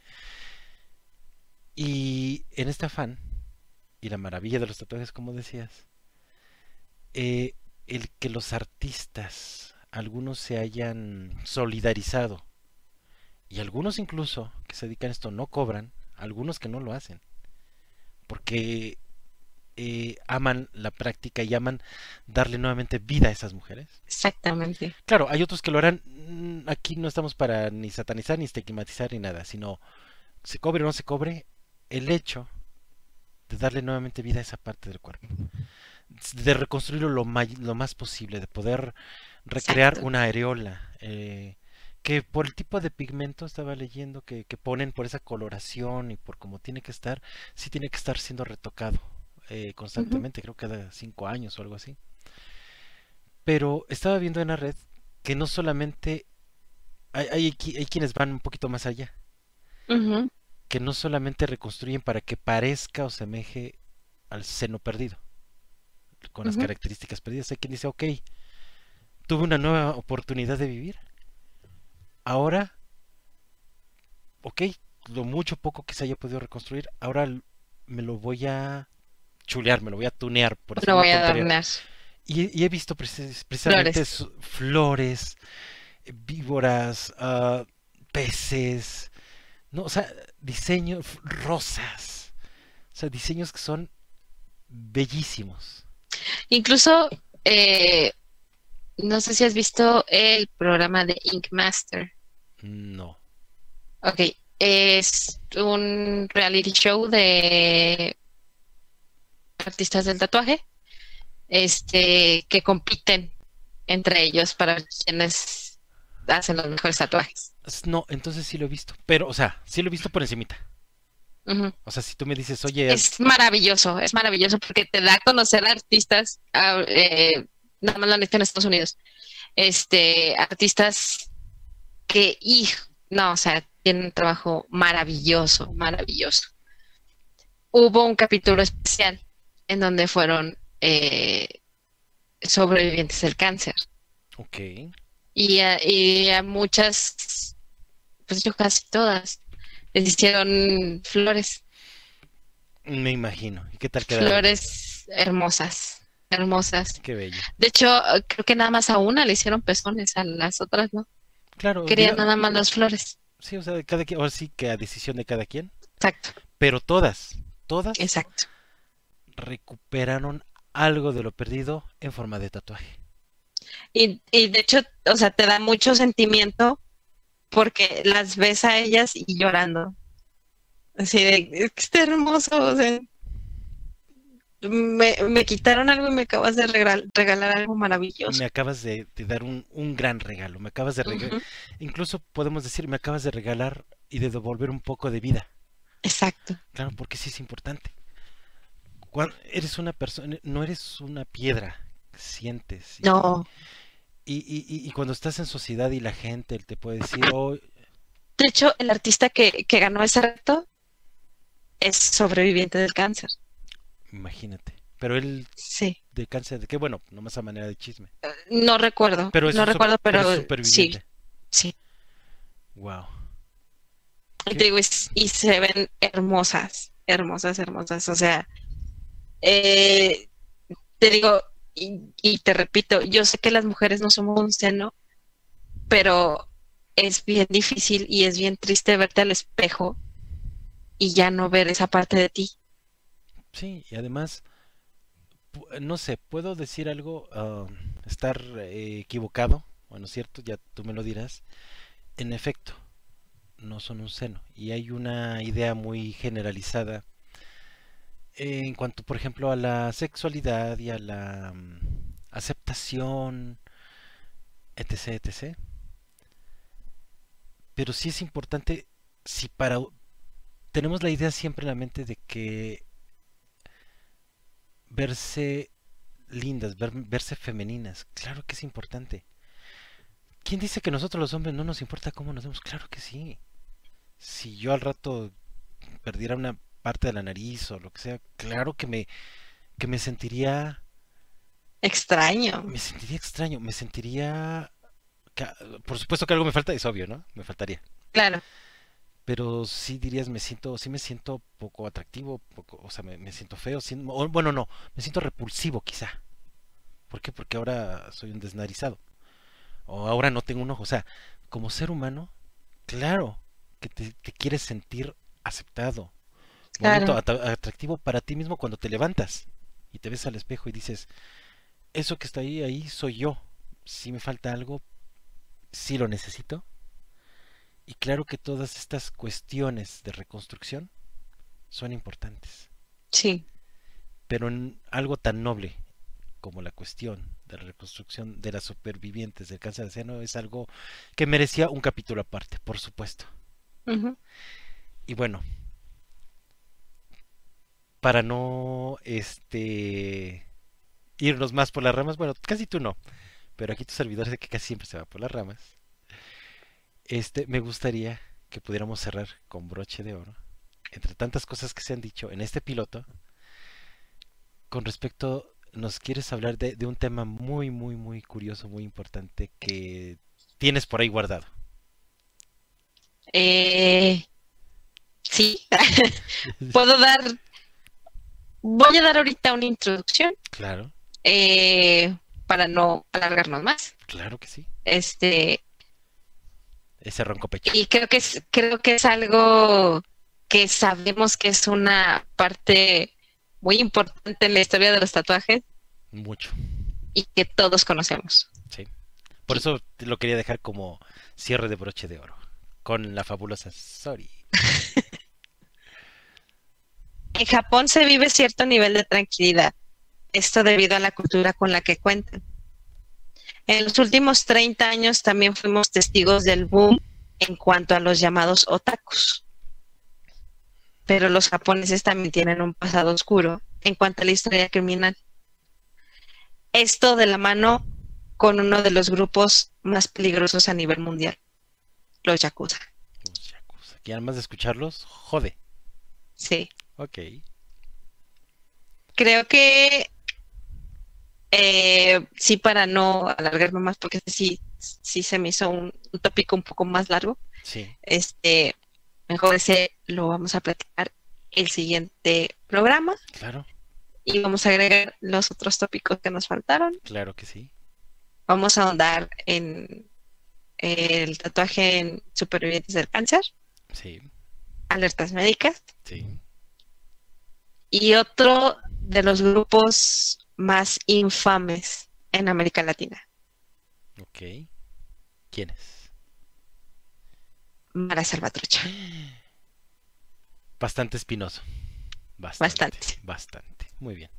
Y en este afán, y la maravilla de los tatuajes, como decías, eh, el que los artistas, algunos se hayan solidarizado, y algunos incluso que se dedican a esto no cobran, algunos que no lo hacen, porque eh, aman la práctica y aman darle nuevamente vida a esas mujeres. exactamente. Claro, hay otros que lo harán, mm, aquí no estamos para ni satanizar, ni estigmatizar, ni nada, sino se cobre o no se cobre, el hecho de darle nuevamente vida a esa parte del cuerpo, de reconstruirlo lo, may- lo más posible, de poder recrear Exacto. una areola, eh, que por el tipo de pigmento estaba leyendo que, que ponen por esa coloración y por cómo tiene que estar, sí tiene que estar siendo retocado eh, Ujú. constantemente, creo que cada cinco años o algo así. Pero estaba viendo en la red que no solamente hay, hay, qui- hay quienes van un poquito más allá, Ujú. que no solamente reconstruyen para que parezca o semeje al seno perdido, con las Ujú. características perdidas. Hay quien dice, ok, tuve una nueva oportunidad de vivir. Ahora, ok, lo mucho poco que se haya podido reconstruir, ahora l- me lo voy a chulear, me lo voy a tunear, por decir No una voy a tontería. adornar Y, y he visto precis- precisamente flores. su- flores, eh, víboras, ah, peces, no, o sea, diseños, f- rosas, o sea, diseños que son bellísimos. Incluso, eh, no sé si has visto el programa de Ink Master. No, Ok, es un reality show de artistas del tatuaje, este, que compiten entre ellos para ver quiénes hacen los mejores tatuajes. S- no, entonces sí lo he visto, pero, o sea, sí lo he visto por encimita. Ujú. O sea, si tú me dices, oye, Es maravilloso, es maravilloso porque te da a conocer artistas, ah, eh, nada más lo han hecho en Estados Unidos, este, artistas que, hijo, no, o sea, tienen un trabajo maravilloso, maravilloso. Hubo un capítulo especial en donde fueron eh, sobrevivientes del cáncer ok, y a, y a muchas, pues yo casi todas, les hicieron flores, me imagino. ¿Y qué tal quedaron? flores hermosas, hermosas. Qué bello. De hecho, creo que nada más a una le hicieron pezones, a las otras no. Claro, Quería diga, nada más las flores. sí, o sea, de cada quien, ahora sí que a decisión de cada quien, Exacto, pero todas, todas exacto. recuperaron algo de lo perdido en forma de tatuaje. Y, y de hecho, o sea, te da mucho sentimiento porque las ves a ellas y llorando. Así de, es que está hermoso, o sea, me, me quitaron algo y me acabas de regal- regalar algo Me maravilloso. acabas de, de dar un, un gran regalo, me acabas de regalar, Ujú, incluso podemos decir, me acabas de regalar y de devolver un poco de vida. exacto. Claro, porque sí es importante. Cuando eres una persona, no eres una piedra, sientes. Y, No, y, y, y- y cuando estás en sociedad y la gente te puede decir, oh, de hecho, el artista que, que ganó ese reto es sobreviviente del cáncer. imagínate. Pero él Sí, de cáncer, de qué bueno, nomás a manera de chisme. no recuerdo, Pero es no un, sup- recuerdo, pero pero es sí, superviviente. sí. Wow. Y te ¿Qué? digo, es- y se ven hermosas, hermosas, hermosas. O sea, eh, te digo, y, y te repito, yo sé que las mujeres no somos un seno, pero es bien difícil y es bien triste verte al espejo y ya no ver esa parte de ti. Sí, y además, pu- no sé, puedo decir algo, ah, estar eh, equivocado. Bueno, cierto, ya tú me lo dirás. En efecto, no son un seno. Y hay una idea muy generalizada en cuanto, por ejemplo, a la sexualidad y a la mm, aceptación, etc, etcétera. Pero sí es importante, si para tenemos la idea siempre en la mente de que verse lindas, ver- verse femeninas, claro que es importante. ¿Quién dice que nosotros los hombres no nos importa cómo nos vemos? Claro que sí. Si yo al rato perdiera una parte de la nariz o lo que sea, claro que me, que me sentiría, Extraño, me sentiría extraño, me sentiría, ca- por supuesto que algo me falta, es obvio, ¿no? Me faltaría. claro, Pero sí dirías, me siento, sí me siento poco atractivo, poco, o sea, me, me siento feo, sí- o, bueno, no, me siento repulsivo quizá. ¿Por qué? Porque ahora soy un desnarizado, o ahora no tengo un ojo, o sea, como ser humano, claro que te, te quieres sentir aceptado, bonito, claro, atra- atractivo para ti mismo cuando te levantas y te ves al espejo y dices, eso que está ahí, ahí soy yo. Si me falta algo, si lo necesito. Y claro que todas estas cuestiones de reconstrucción son importantes. sí, Pero en algo tan noble como la cuestión de la reconstrucción de las supervivientes del cáncer de seno es algo que merecía un capítulo aparte, por supuesto. ujú, Y bueno, para no este irnos más por las ramas, bueno, casi tú no, pero aquí tu servidor es de que casi siempre se va por las ramas. Este, me gustaría que pudiéramos cerrar con broche de oro, entre tantas cosas que se han dicho en este piloto, con respecto, nos quieres hablar de, de un tema muy, muy, muy curioso, muy importante que tienes por ahí guardado. eh, sí, puedo dar, voy a dar ahorita una introducción Claro, eh, para no alargarnos más. claro que sí. Este, Ese ronco pecho. y creo que es, creo que es algo que sabemos que es una parte muy importante en la historia de los tatuajes Mucho, y que todos conocemos. sí. Por eso te lo quería dejar como cierre de broche de oro. Con la fabulosa Sorry. En Japón se vive cierto nivel de tranquilidad, esto debido a la cultura con la que cuentan. En los últimos treinta años también fuimos testigos del boom en cuanto a los llamados otakus, pero los japoneses también tienen un pasado oscuro en cuanto a la historia criminal. Esto de la mano con uno de los grupos más peligrosos a nivel mundial, los yakuza. Los yakuza. Que además de escucharlos, jode. Sí, Ok. creo que eh, sí, para no alargarme más, porque sí, sí se me hizo un, un tópico un poco más largo. Sí, Este, mejor ese lo vamos a platicar el siguiente programa claro, y vamos a agregar los otros tópicos que nos faltaron. claro que sí. Vamos a ahondar en, el tatuaje en Supervivientes del Cáncer, Sí, Alertas Médicas, sí. y otro de los grupos más infames en América Latina, Ok. ¿Quién es? Mara Salvatrucha. Bastante espinoso. Bastante, Bastante. bastante. Muy bien.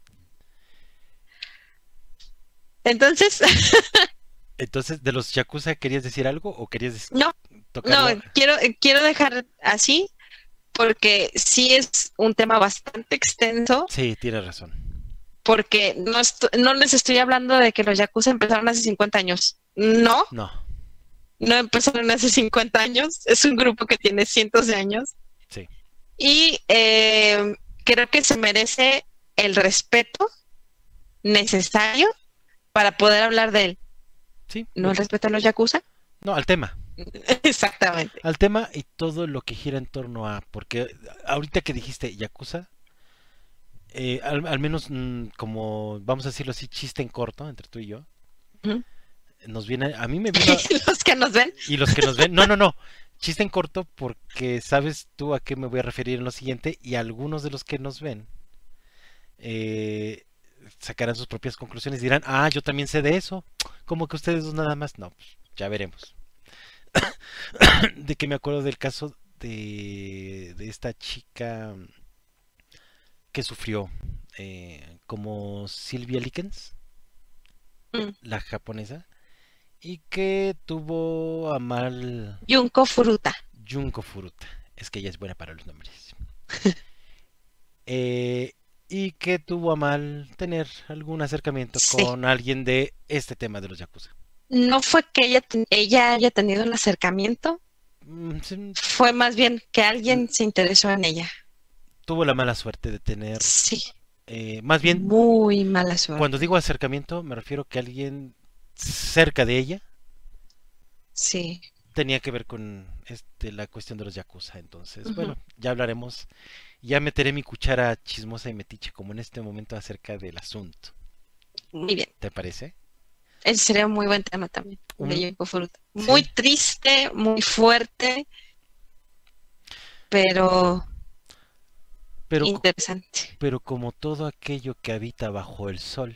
Entonces, Entonces, ¿de los Yakuza querías decir algo o querías des- no, no, tocarlo? quiero, quiero dejar así porque sí es un tema bastante extenso, Sí, tienes razón. porque no, esto- no les estoy hablando de que los Yakuza empezaron hace cincuenta años. No, No, no empezaron hace cincuenta años, es un grupo que tiene cientos de años sí, y eh, creo que se merece el respeto necesario para poder hablar de él. sí. ¿No me- el respeto a los Yakuza? No, al tema. Exactamente. Al tema y todo lo que gira en torno a. Porque ahorita que dijiste Yakuza, eh, al, al menos mm, como, vamos a decirlo así, chiste en corto entre tú y yo, Ujú. nos viene. A mí me vino. a- Los que nos ven. Y los que nos ven. No, no, no. Chiste en corto porque sabes tú a qué me voy a referir en lo siguiente y algunos de los que nos ven eh, sacarán sus propias conclusiones y dirán, ah, yo también sé de eso. Como que ustedes dos nada más. No, pues, ya veremos. De que me acuerdo del caso de, de esta chica que sufrió eh, como Sylvia Likens, Mm. la japonesa, y que tuvo a mal Junko Furuta. Junko Furuta. Es que ella es buena para los nombres. Eh, y que tuvo a mal tener algún acercamiento Sí. con alguien de este tema de los Yakuza. No fue que ella, ten- ella haya tenido un acercamiento, Mm, sí, fue más bien que alguien se interesó en ella. tuvo la mala suerte de tener, Sí, eh, más bien, muy mala suerte. cuando digo acercamiento, me refiero que alguien cerca de ella Sí, tenía que ver con este, la cuestión de los Yakuza. Entonces, Ujú. bueno, ya hablaremos. Ya meteré mi cuchara chismosa y metiche como en este momento acerca del asunto. muy bien. ¿Te parece? Ese sería un muy buen tema también, de Un- Junko Furuta. sí. Muy triste, muy fuerte, pero Pero, interesante. pero como todo aquello que habita bajo el sol,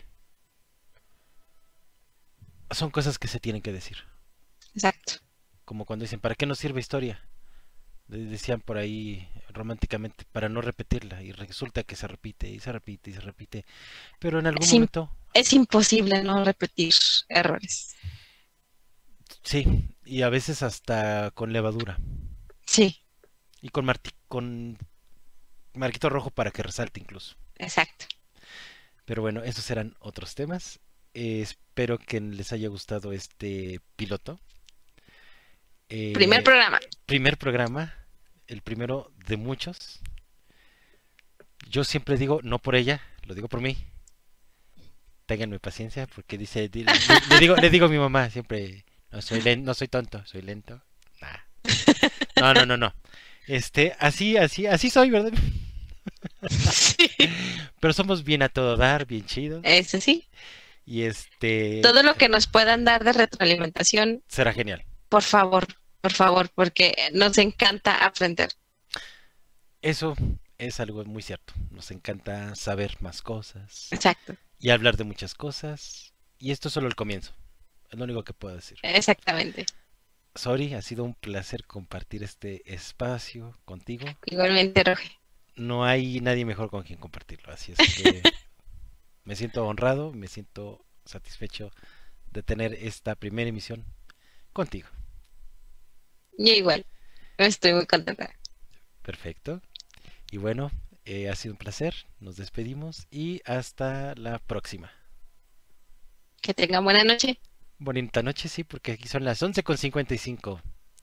son cosas que se tienen que decir. Exacto. Como cuando dicen, ¿para qué nos sirve historia? De- Decían por ahí románticamente, para no repetirla. Y resulta que se repite y se repite y se repite. Pero en algún Es, im- momento, es imposible no repetir errores. sí. Y a veces hasta con levadura. Sí, Y con, marti- con marquito rojo para que resalte incluso. exacto. Pero bueno, esos serán otros temas. Eh, espero que les haya gustado este piloto. Eh, Primer programa. primer programa, el primero de muchos. Yo siempre digo, no por ella, lo digo por mí. Ténganme paciencia, porque dice, di- le, le digo, le digo a mi mamá siempre, no soy len- no soy tonto, soy lento. Nah. No, no, no, no. Este, así, así, así soy, ¿verdad? Sí. Pero somos bien a todo dar, bien chido. Eso sí. Y este Todo lo que nos puedan dar de retroalimentación, será genial. por favor, por favor, porque nos encanta aprender. Eso es algo muy cierto. Nos encanta saber más cosas Exacto, y hablar de muchas cosas. Y esto es solo el comienzo. Es lo único que puedo decir. exactamente. Sorry, ha sido un placer compartir este espacio contigo. Igualmente, Roge. No hay nadie mejor con quien compartirlo. Así es que me siento honrado, me siento satisfecho de tener esta primera emisión contigo. Yo igual. Estoy muy contenta. Perfecto. Y bueno, eh, ha sido un placer. Nos despedimos y hasta la próxima. Que tengan buena noche. Bonita noche, sí, porque aquí son las once con cincuenta y cinco.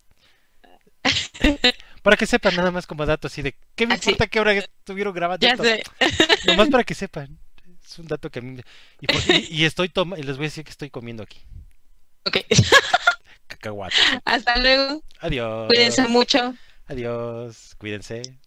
Para que sepan, nada más como dato así de... ¿Qué me Así. importa qué hora estuvieron grabando Ya esto? sé. Nomás para que sepan. Es un dato que a mí... me- Y, por- y- y estoy toma... y les voy a decir que estoy comiendo aquí. Ok. Cacahuate. Hasta luego. Adiós. Cuídense mucho. Adiós. Cuídense.